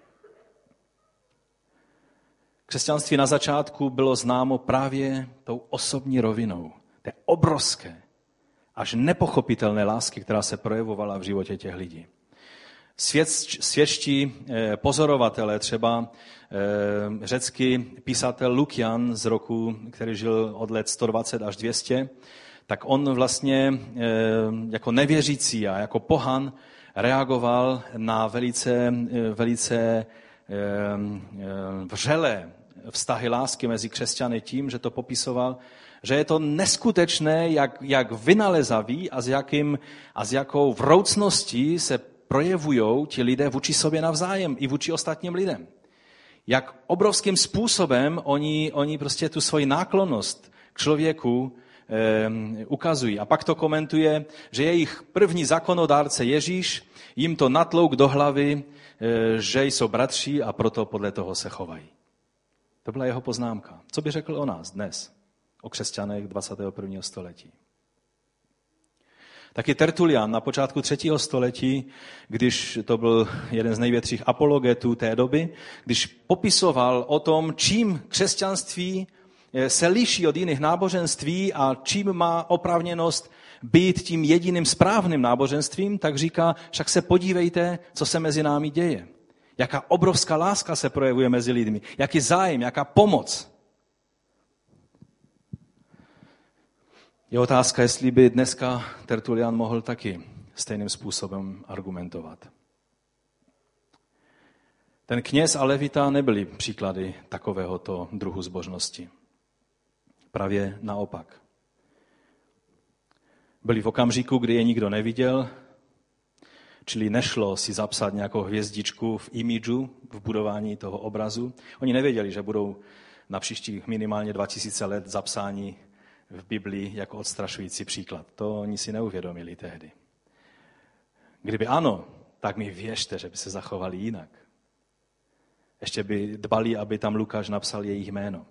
Křesťanství na začátku bylo známo právě tou osobní rovinou, té obrovské, až nepochopitelné lásky, která se projevovala v životě těch lidí. Svět, světští pozorovatelé, třeba řecký písatel Lukian z roku, který žil od let sto dvacet až dvě stě, tak on vlastně jako nevěřící a jako pohan reagoval na velice, velice vřelé vztahy lásky mezi křesťany tím, že to popisoval, že je to neskutečné, jak, jak vynalezaví a s, jakým, a s jakou vroucností se projevují ti lidé vůči sobě navzájem i vůči ostatním lidem. Jak obrovským způsobem oni, oni prostě tu svoji náklonnost k člověku eh, ukazují. A pak to komentuje, že jejich první zákonodárce Ježíš jim to natlouk do hlavy, eh, že jsou bratři a proto podle toho se chovají. To byla jeho poznámka. Co by řekl o nás dnes, o křesťanech dvacátého prvního století? Taky Tertulian na počátku třetího století, když to byl jeden z největších apologetů té doby, když popisoval o tom, čím křesťanství se liší od jiných náboženství a čím má oprávněnost být tím jediným správným náboženstvím, tak říká, však se podívejte, co se mezi námi děje. Jaká obrovská láska se projevuje mezi lidmi, jaký zájem, jaká pomoc. Je otázka, jestli by dneska Tertulian mohl taky stejným způsobem argumentovat. Ten kněz a levita nebyli příklady takovéhoto druhu zbožnosti. Právě naopak. Byli v okamžiku, kdy je nikdo neviděl, čili nešlo si zapsat nějakou hvězdičku v imidžu, v budování toho obrazu. Oni nevěděli, že budou na příštích minimálně dva tisíce let zapsáni v Biblii jako odstrašující příklad. To oni si neuvědomili tehdy. Kdyby ano, tak mi věřte, že by se zachovali jinak. Ještě by dbali, aby tam Lukáš napsal jejich jméno.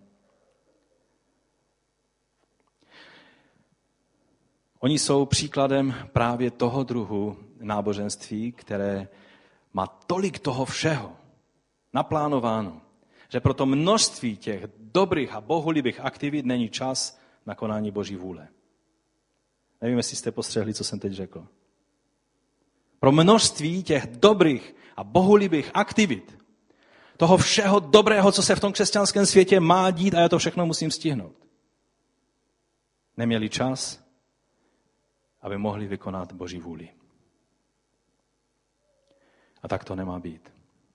Oni jsou příkladem právě toho druhu náboženství, které má tolik toho všeho naplánováno, že pro to množství těch dobrých a bohulibých aktivit není čas na konání Boží vůle. Nevím, jestli jste postřehli, co jsem teď řekl. Pro množství těch dobrých a bohulibých aktivit, toho všeho dobrého, co se v tom křesťanském světě má dít a já to všechno musím stihnout. Neměli čas, aby mohli vykonat Boží vůli. A tak to nemá být.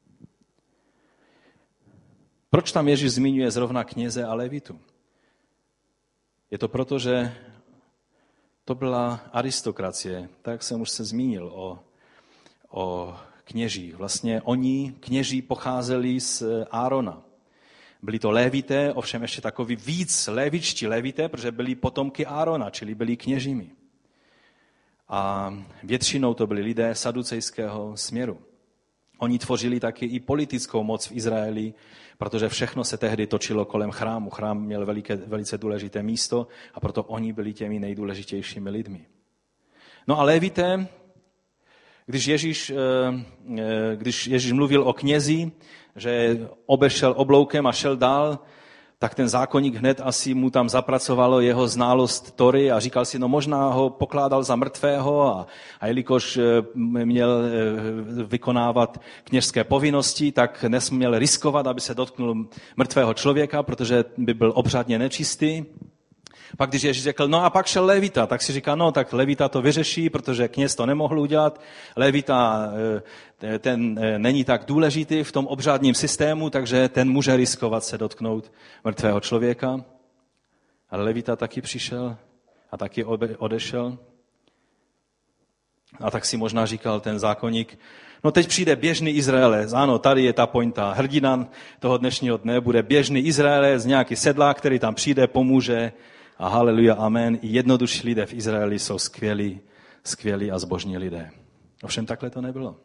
Proč tam Ježíš zmiňuje zrovna kněze a levitu? Je to proto, že to byla aristokracie, tak jak jsem už se zmínil o, o kněžích. Vlastně oni, kněží, pocházeli z Árona. Byli to lévité, ovšem ještě takový víc lévičtí lévité, protože byli potomky Árona, čili byli kněžími. A většinou to byli lidé saducejského směru. Oni tvořili taky i politickou moc v Izraeli, protože všechno se tehdy točilo kolem chrámu. Chrám měl veliké, velice důležité místo a proto oni byli těmi nejdůležitějšími lidmi. No a lévité, když Ježíš, když Ježíš mluvil o knězi, že obešel obloukem a šel dál, tak ten zákonník hned asi mu tam zapracovalo jeho znalost Tory a říkal si, no možná ho pokládal za mrtvého a, a jelikož měl vykonávat kněžské povinnosti, tak nesměl riskovat, aby se dotknul mrtvého člověka, protože by byl obřadně nečistý. Pak když Ježíš řekl, no a pak šel Levita, tak si říká, no tak Levita to vyřeší, protože kněz to nemohl udělat. Levita ten není tak důležitý v tom obřádním systému, takže ten může riskovat se dotknout mrtvého člověka. Ale Levita taky přišel a taky odešel. A tak si možná říkal ten zákonník, no teď přijde běžný Izraelec, ano, tady je ta pointa. Hrdina toho dnešního dne bude běžný Izraelec, nějaký sedlák, který tam přijde, pomůže. A haleluja, amen. I jednodušší lidé v Izraeli jsou skvělí, skvělí a zbožní lidé. Ovšem takhle to nebylo.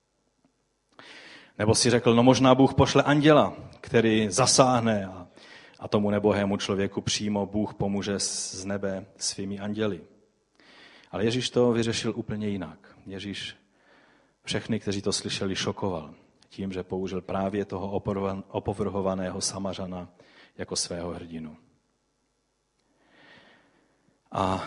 Nebo si řekl, no možná Bůh pošle anděla, který zasáhne a, a tomu nebohému člověku přímo Bůh pomůže z nebe svými anděli. Ale Ježíš to vyřešil úplně jinak. Ježíš všechny, kteří to slyšeli, šokoval tím, že použil právě toho opovrhovaného Samařana jako svého hrdinu. A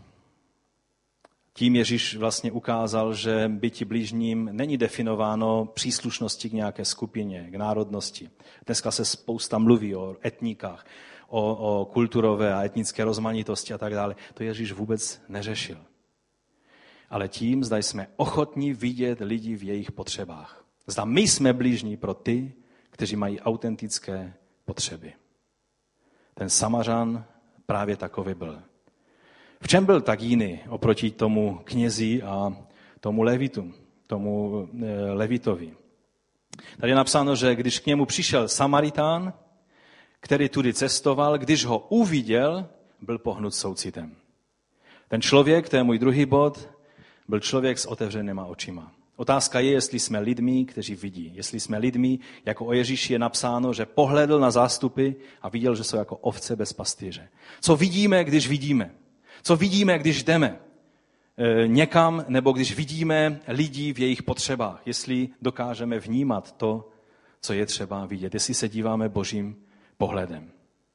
tím Ježíš vlastně ukázal, že byti blížním není definováno příslušností k nějaké skupině, k národnosti. Dneska se spousta mluví o etnikách, o, o kulturové a etnické rozmanitosti a tak dále. To Ježíš vůbec neřešil. Ale tím, zda jsme ochotní vidět lidi v jejich potřebách. Zda my jsme blížní pro ty, kteří mají autentické potřeby. Ten Samařan právě takový byl. V čem byl tak jiný oproti tomu knězi a tomu levitu, tomu levitovi? Tady je napsáno, že když k němu přišel Samaritán, který tudy cestoval, když ho uviděl, byl pohnut soucitem. Ten člověk, to je můj druhý bod, byl člověk s otevřenýma očima. Otázka je, jestli jsme lidmi, kteří vidí. Jestli jsme lidmi, jako o Ježíši je napsáno, že pohlédl na zástupy a viděl, že jsou jako ovce bez pastýře. Co vidíme, když vidíme? Co vidíme, když jdeme někam, nebo když vidíme lidi v jejich potřebách? Jestli dokážeme vnímat to, co je třeba vidět. Jestli se díváme Božím pohledem.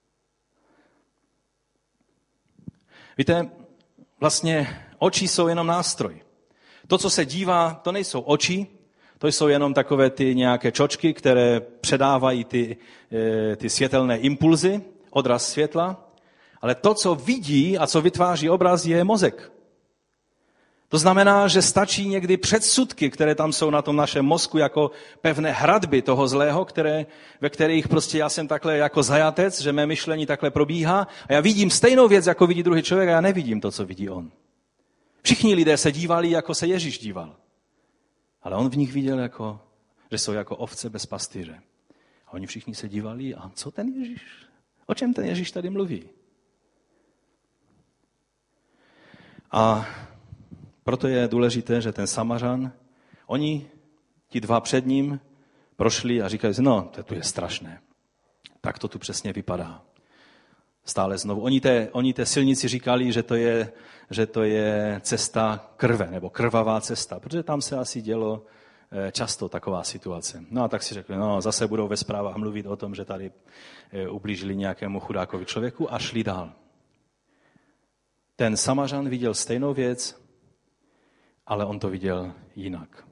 Víte, vlastně oči jsou jenom nástroj. To, co se dívá, to nejsou oči, to jsou jenom takové ty nějaké čočky, které předávají ty, ty světelné impulzy, odraz světla, ale to, co vidí a co vytváří obraz, je mozek. To znamená, že stačí někdy předsudky, které tam jsou na tom našem mozku, jako pevné hradby toho zlého, které, ve kterých prostě já jsem takhle jako zajatec, že mé myšlení takhle probíhá a já vidím stejnou věc, jako vidí druhý člověk a já nevidím to, co vidí on. Všichni lidé se dívali, jako se Ježíš díval. Ale on v nich viděl, jako, že jsou jako ovce bez pastýře. A oni všichni se dívali, a co ten Ježíš? O čem ten Ježíš tady mluví? A proto je důležité, že ten Samařan, oni, ti dva před ním, prošli a říkají si, no, to je strašné. Tak to tu přesně vypadá. Stále znovu. Oni té, oni té silnici říkali, že to, je, že to je cesta krve, nebo krvavá cesta, protože tam se asi dělo často taková situace. No a tak si řekli, no zase budou ve zprávách mluvit o tom, že tady ublížili nějakému chudákovi člověku a šli dál. Ten Samařan viděl stejnou věc, ale on to viděl jinak.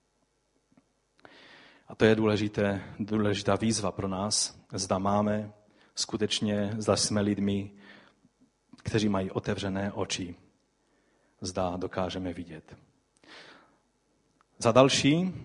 A to je důležité, důležitá výzva pro nás, zda máme skutečně, zda jsme lidmi, kteří mají otevřené oči, zda dokážeme vidět. Za další,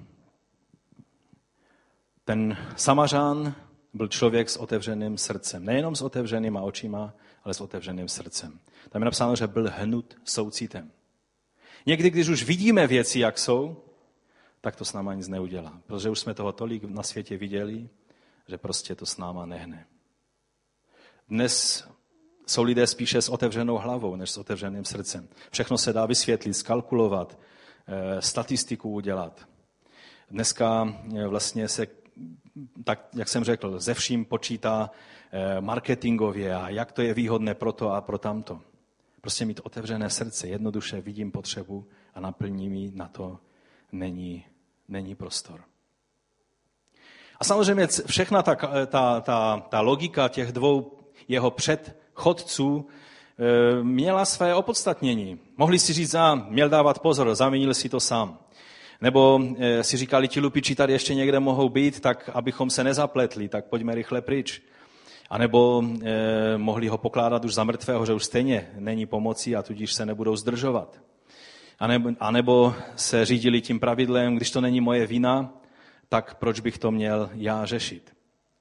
ten Samařán byl člověk s otevřeným srdcem. Nejenom s otevřenýma očima, ale s otevřeným srdcem. Tam je napsáno, že byl hnut soucitem. Někdy, když už vidíme věci, jak jsou, tak to s náma nic neudělá. Protože už jsme toho tolik na světě viděli, že prostě to s náma nehne. Dnes jsou lidé spíše s otevřenou hlavou, než s otevřeným srdcem. Všechno se dá vysvětlit, skalkulovat, statistiku udělat. Dneska vlastně se, tak jak jsem řekl, ze vším počítá marketingově a jak to je výhodné pro to a pro tamto. Prostě mít otevřené srdce, jednoduše vidím potřebu a naplní mi na to není, není prostor. A samozřejmě všechna ta, ta, ta, ta logika těch dvou jeho předchodců měla své opodstatnění. Mohli si říct, a měl dávat pozor, zaměnil si to sám. Nebo si říkali, ti lupiči tady ještě někde mohou být, tak abychom se nezapletli, tak pojďme rychle pryč. A nebo eh, mohli ho pokládat už za mrtvého, že už stejně není pomoci a tudíž se nebudou zdržovat. A nebo, a nebo se řídili tím pravidlem, když to není moje vina, tak proč bych to měl já řešit?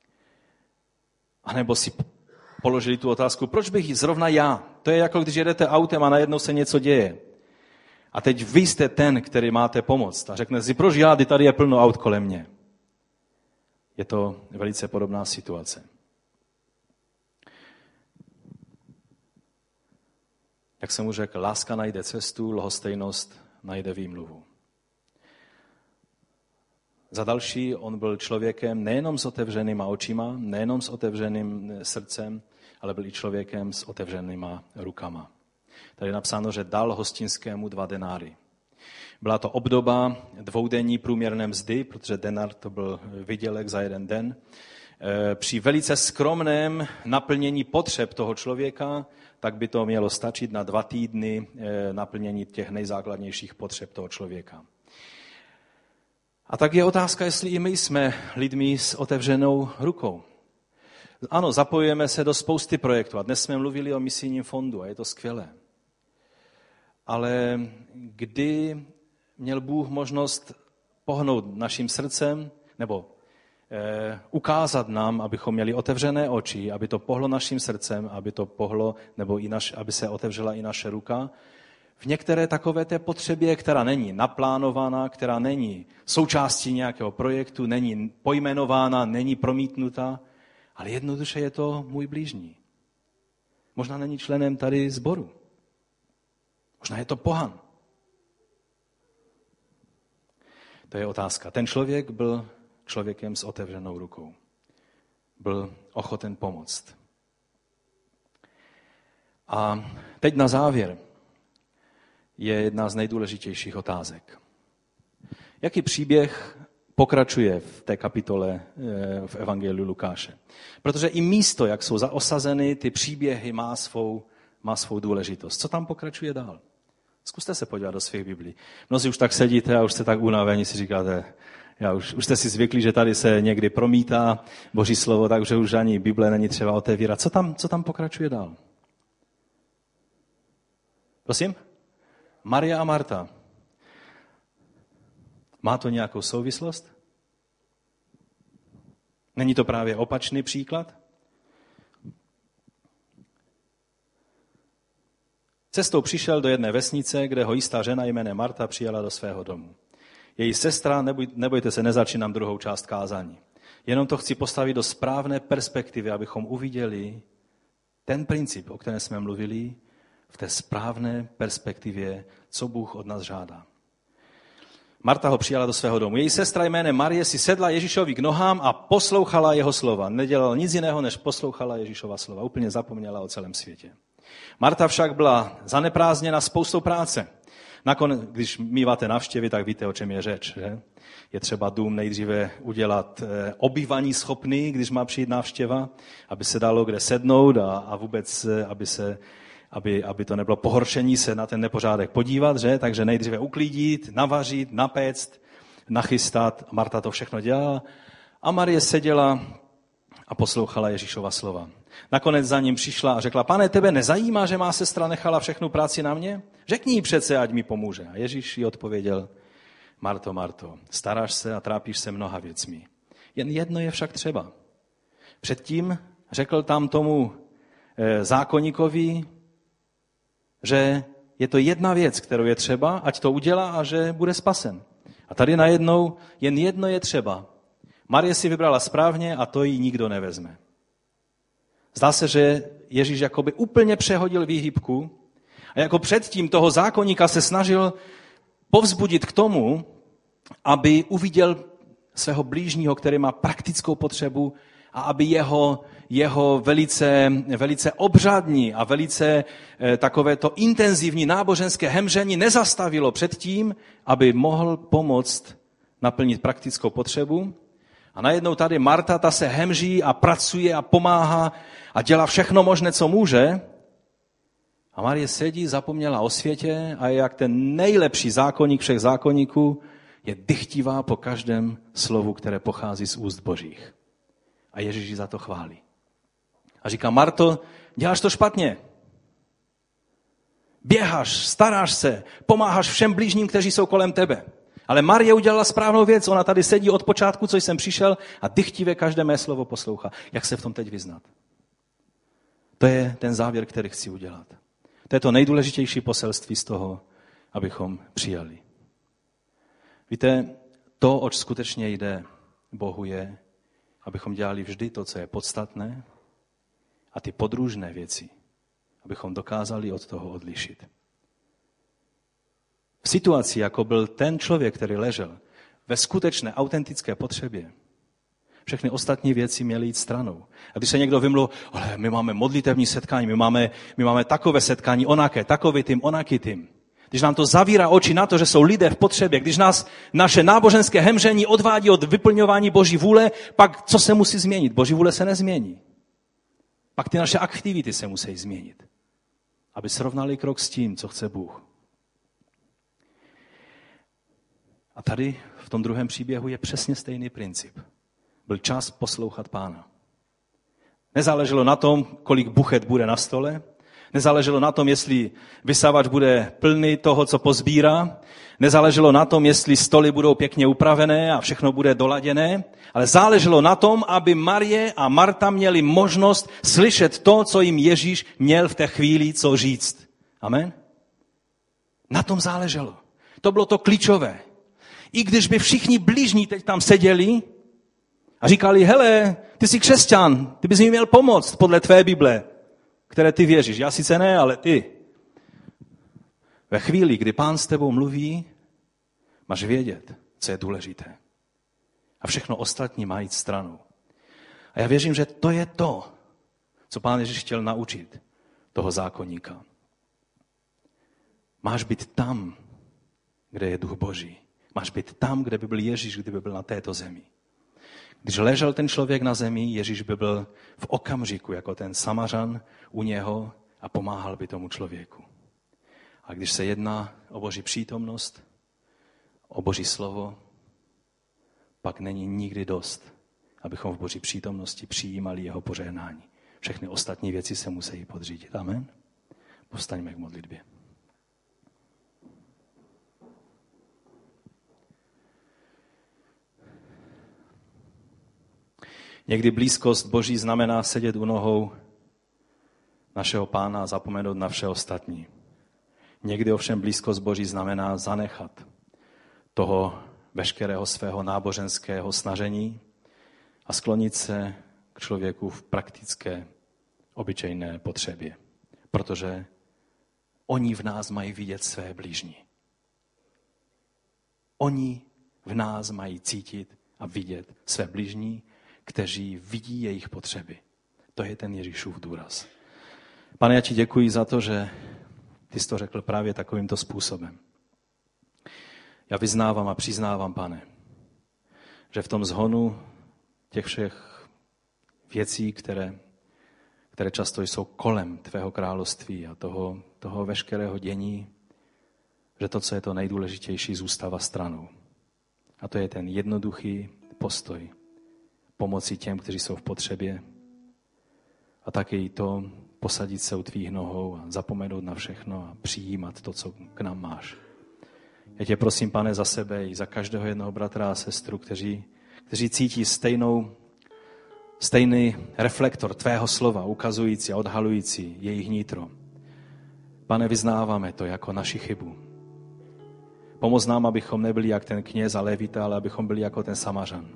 A nebo si položili tu otázku, proč bych zrovna já? To je jako když jedete autem a najednou se něco děje. A teď vy jste ten, který máte pomoct. A řekne si, proč já, tady je plno aut kolem mě. Je to velice podobná situace. Jak jsem mu řekl, láska najde cestu, lhostejnost najde výmluvu. Za další, on byl člověkem nejenom s otevřenýma očima, nejenom s otevřeným srdcem, ale byl i člověkem s otevřenýma rukama. Tady je napsáno, že dal hostinskému dva denáry. Byla to obdoba dvoudenní průměrné mzdy, protože denar to byl vydělek za jeden den. Při velice skromném naplnění potřeb toho člověka, tak by to mělo stačit na dva týdny naplnění těch nejzákladnějších potřeb toho člověka. A tak je otázka, jestli i my jsme lidmi s otevřenou rukou. Ano, zapojujeme se do spousty projektů a dnes jsme mluvili o misijním fondu a je to skvělé. Ale kdy měl Bůh možnost pohnout naším srdcem nebo eh, ukázat nám, abychom měli otevřené oči, aby to pohlo naším srdcem, aby to pohlo, nebo i naš, aby se otevřela i naše ruka, v některé takové té potřebě, která není naplánovaná, která není součástí nějakého projektu, není pojmenována, není promítnuta, ale jednoduše je to můj blížní. Možná není členem tady sboru. Možná je to pohan. To je otázka. Ten člověk byl člověkem s otevřenou rukou. Byl ochoten pomoct. A teď na závěr je jedna z nejdůležitějších otázek. Jaký příběh pokračuje v té kapitole v Evangeliu Lukáše? Protože i místo, jak jsou zaosazeny, ty příběhy má svou, má svou důležitost. Co tam pokračuje dál? Zkuste se podívat do svých Biblí. Mnozí už tak sedíte a už jste tak unavení, si říkáte, já už, už jste si zvykli, že tady se někdy promítá Boží slovo, takže už ani Bible není třeba otevírat. Co tam, co tam pokračuje dál? Prosím? Maria a Marta. Má to nějakou souvislost? Není to právě opačný příklad? Cestou přišel do jedné vesnice, kde ho jistá žena jménem Marta přijala do svého domu. Její sestra, neboj, nebojte se, nezačínám druhou část kázání. Jenom to chci postavit do správné perspektivy, abychom uviděli ten princip, o kterém jsme mluvili, v té správné perspektivě, co Bůh od nás žádá. Marta ho přijala do svého domu. Její sestra jménem Marie si sedla Ježíšovi k nohám a poslouchala jeho slova. Nedělala nic jiného, než poslouchala Ježíšova slova. Úplně zapomněla o celém světě. Marta však byla zaneprázdněna spoustou práce. Nakonec, když míváte návštěvy, tak víte, o čem je řeč. Že? Je třeba dům nejdříve udělat obývaní schopný, když má přijít návštěva, aby se dalo kde sednout a, a vůbec, aby, se, aby, aby to nebylo pohoršení se na ten nepořádek podívat. Že? Takže nejdříve uklidit, navařit, napéct, nachystat. Marta to všechno dělala a Marie seděla a poslouchala Ježíšova slova. Nakonec za ním přišla a řekla, pane, tebe nezajímá, že má sestra nechala všechnu práci na mě? Řekni jí přece, ať mi pomůže. A Ježíš jí odpověděl, Marto, Marto, staráš se a trápíš se mnoha věcmi. Jen jedno je však třeba. Předtím řekl tam tomu zákonníkovi, že je to jedna věc, kterou je třeba, ať to udělá a že bude spasen. A tady najednou jen jedno je třeba. Marie si vybrala správně a to jí nikdo nevezme. Zdá se, že Ježíš jakoby úplně přehodil výhybku a jako předtím toho zákonníka se snažil povzbudit k tomu, aby uviděl svého blížního, který má praktickou potřebu a aby jeho, jeho velice, velice obřadní a velice eh, takovéto intenzivní náboženské hemžení nezastavilo před tím, aby mohl pomoct naplnit praktickou potřebu. A najednou tady Marta, ta se hemží a pracuje a pomáhá a dělá všechno možné, co může. A Marie sedí, zapomněla o světě a je jak ten nejlepší zákonník všech zákonníků, je dychtivá po každém slovu, které pochází z úst Božích. A Ježíš ji za to chválí. A říká, Marto, děláš to špatně. Běháš, staráš se, pomáháš všem blížním, kteří jsou kolem tebe. Ale Marie udělala správnou věc, ona tady sedí od počátku, co jsem přišel a dychtivě každé mé slovo poslouchá. Jak se v tom teď vyznat? To je ten závěr, který chci udělat. To je to nejdůležitější poselství z toho, abychom přijali. Víte, to, oč skutečně jde Bohu je, abychom dělali vždy to, co je podstatné a ty podružné věci, abychom dokázali od toho odlišit. V situaci, jako byl ten člověk, který ležel ve skutečné, autentické potřebě, všechny ostatní věci měly jít stranou. A když se někdo vymluvil, ale my máme modlitevní setkání, my máme, my máme takové setkání, onaké, takový tým, onaký tým. Když nám to zavírá oči na to, že jsou lidé v potřebě, když nás naše náboženské hemžení odvádí od vyplňování Boží vůle, pak co se musí změnit? Boží vůle se nezmění. Pak ty naše aktivity se musí změnit, aby srovnali krok s tím, co chce Bůh. A tady v tom druhém příběhu je přesně stejný princip. Byl čas poslouchat Pána. Nezáleželo na tom, kolik buchet bude na stole, nezáleželo na tom, jestli vysavač bude plný toho, co pozbírá, nezáleželo na tom, jestli stoly budou pěkně upravené a všechno bude doladěné, ale záleželo na tom, aby Marie a Marta měli možnost slyšet to, co jim Ježíš měl v té chvíli co říct. Amen? Na tom záleželo. To bylo to klíčové. I když by všichni blížní teď tam seděli a říkali, hele, ty jsi křesťan, ty bys mi měl pomoct podle tvé Bible, které ty věříš. Já sice ne, ale ty. Ve chvíli, kdy Pán s tebou mluví, máš vědět, co je důležité. A všechno ostatní má jít stranou. A já věřím, že to je to, co Pán Ježíš chtěl naučit toho zákonníka. Máš být tam, kde je Duch Boží. Máš být tam, kde by byl Ježíš, kdyby byl na této zemi. Když ležel ten člověk na zemi, Ježíš by byl v okamžiku jako ten Samařan u něho a pomáhal by tomu člověku. A když se jedná o Boží přítomnost, o Boží slovo, pak není nikdy dost, abychom v Boží přítomnosti přijímali jeho požehnání. Všechny ostatní věci se musí podřídit. Amen. Povstaňme k modlitbě. Někdy blízkost Boží znamená sedět u nohou našeho Pána a zapomenout na vše ostatní. Někdy ovšem blízkost Boží znamená zanechat toho veškerého svého náboženského snažení a sklonit se k člověku v praktické, obyčejné potřebě. Protože oni v nás mají vidět své blížní. Oni v nás mají cítit a vidět své blížní, kteří vidí jejich potřeby. To je ten Ježíšův důraz. Pane, já ti děkuji za to, že ty jsi to řekl právě takovýmto způsobem. Já vyznávám a přiznávám, Pane, že v tom zhonu těch všech věcí, které, které často jsou kolem tvého království a toho, toho veškerého dění, že to, co je to nejdůležitější, zůstává stranou. A to je ten jednoduchý postoj pomoci těm, kteří jsou v potřebě, a také i to posadit se u tvých nohou a zapomenout na všechno a přijímat to, co k nám máš. Já tě prosím, Pane, za sebe i za každého jednoho bratra a sestru, kteří, kteří cítí stejnou, stejný reflektor tvého slova, ukazující a odhalující jejich nitro. Pane, vyznáváme to jako naši chybu. Pomoz nám, abychom nebyli jak ten kněz a levita, ale abychom byli jako ten Samařan,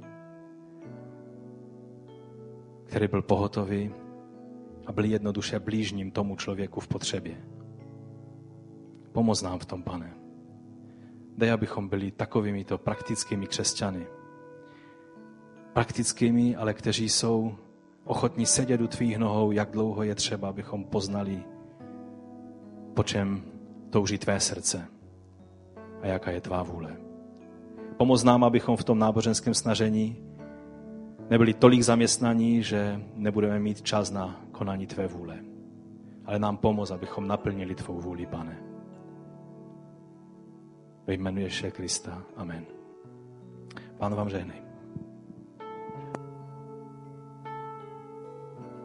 který byl pohotový a byl jednoduše blížním tomu člověku v potřebě. Pomoz nám v tom, Pane. Dej, abychom byli takovými to praktickými křesťany. Praktickými, ale kteří jsou ochotní sedět u tvých nohou, jak dlouho je třeba, abychom poznali, po čem touží tvé srdce a jaká je tvá vůle. Pomoz nám, abychom v tom náboženském snažení nebyli tolik zaměstnaní, že nebudeme mít čas na konání tvé vůle. Ale nám pomoz, abychom naplnili tvou vůli, Pane. Ve jménu Ježíše Krista. Amen. Pán vám žehnej.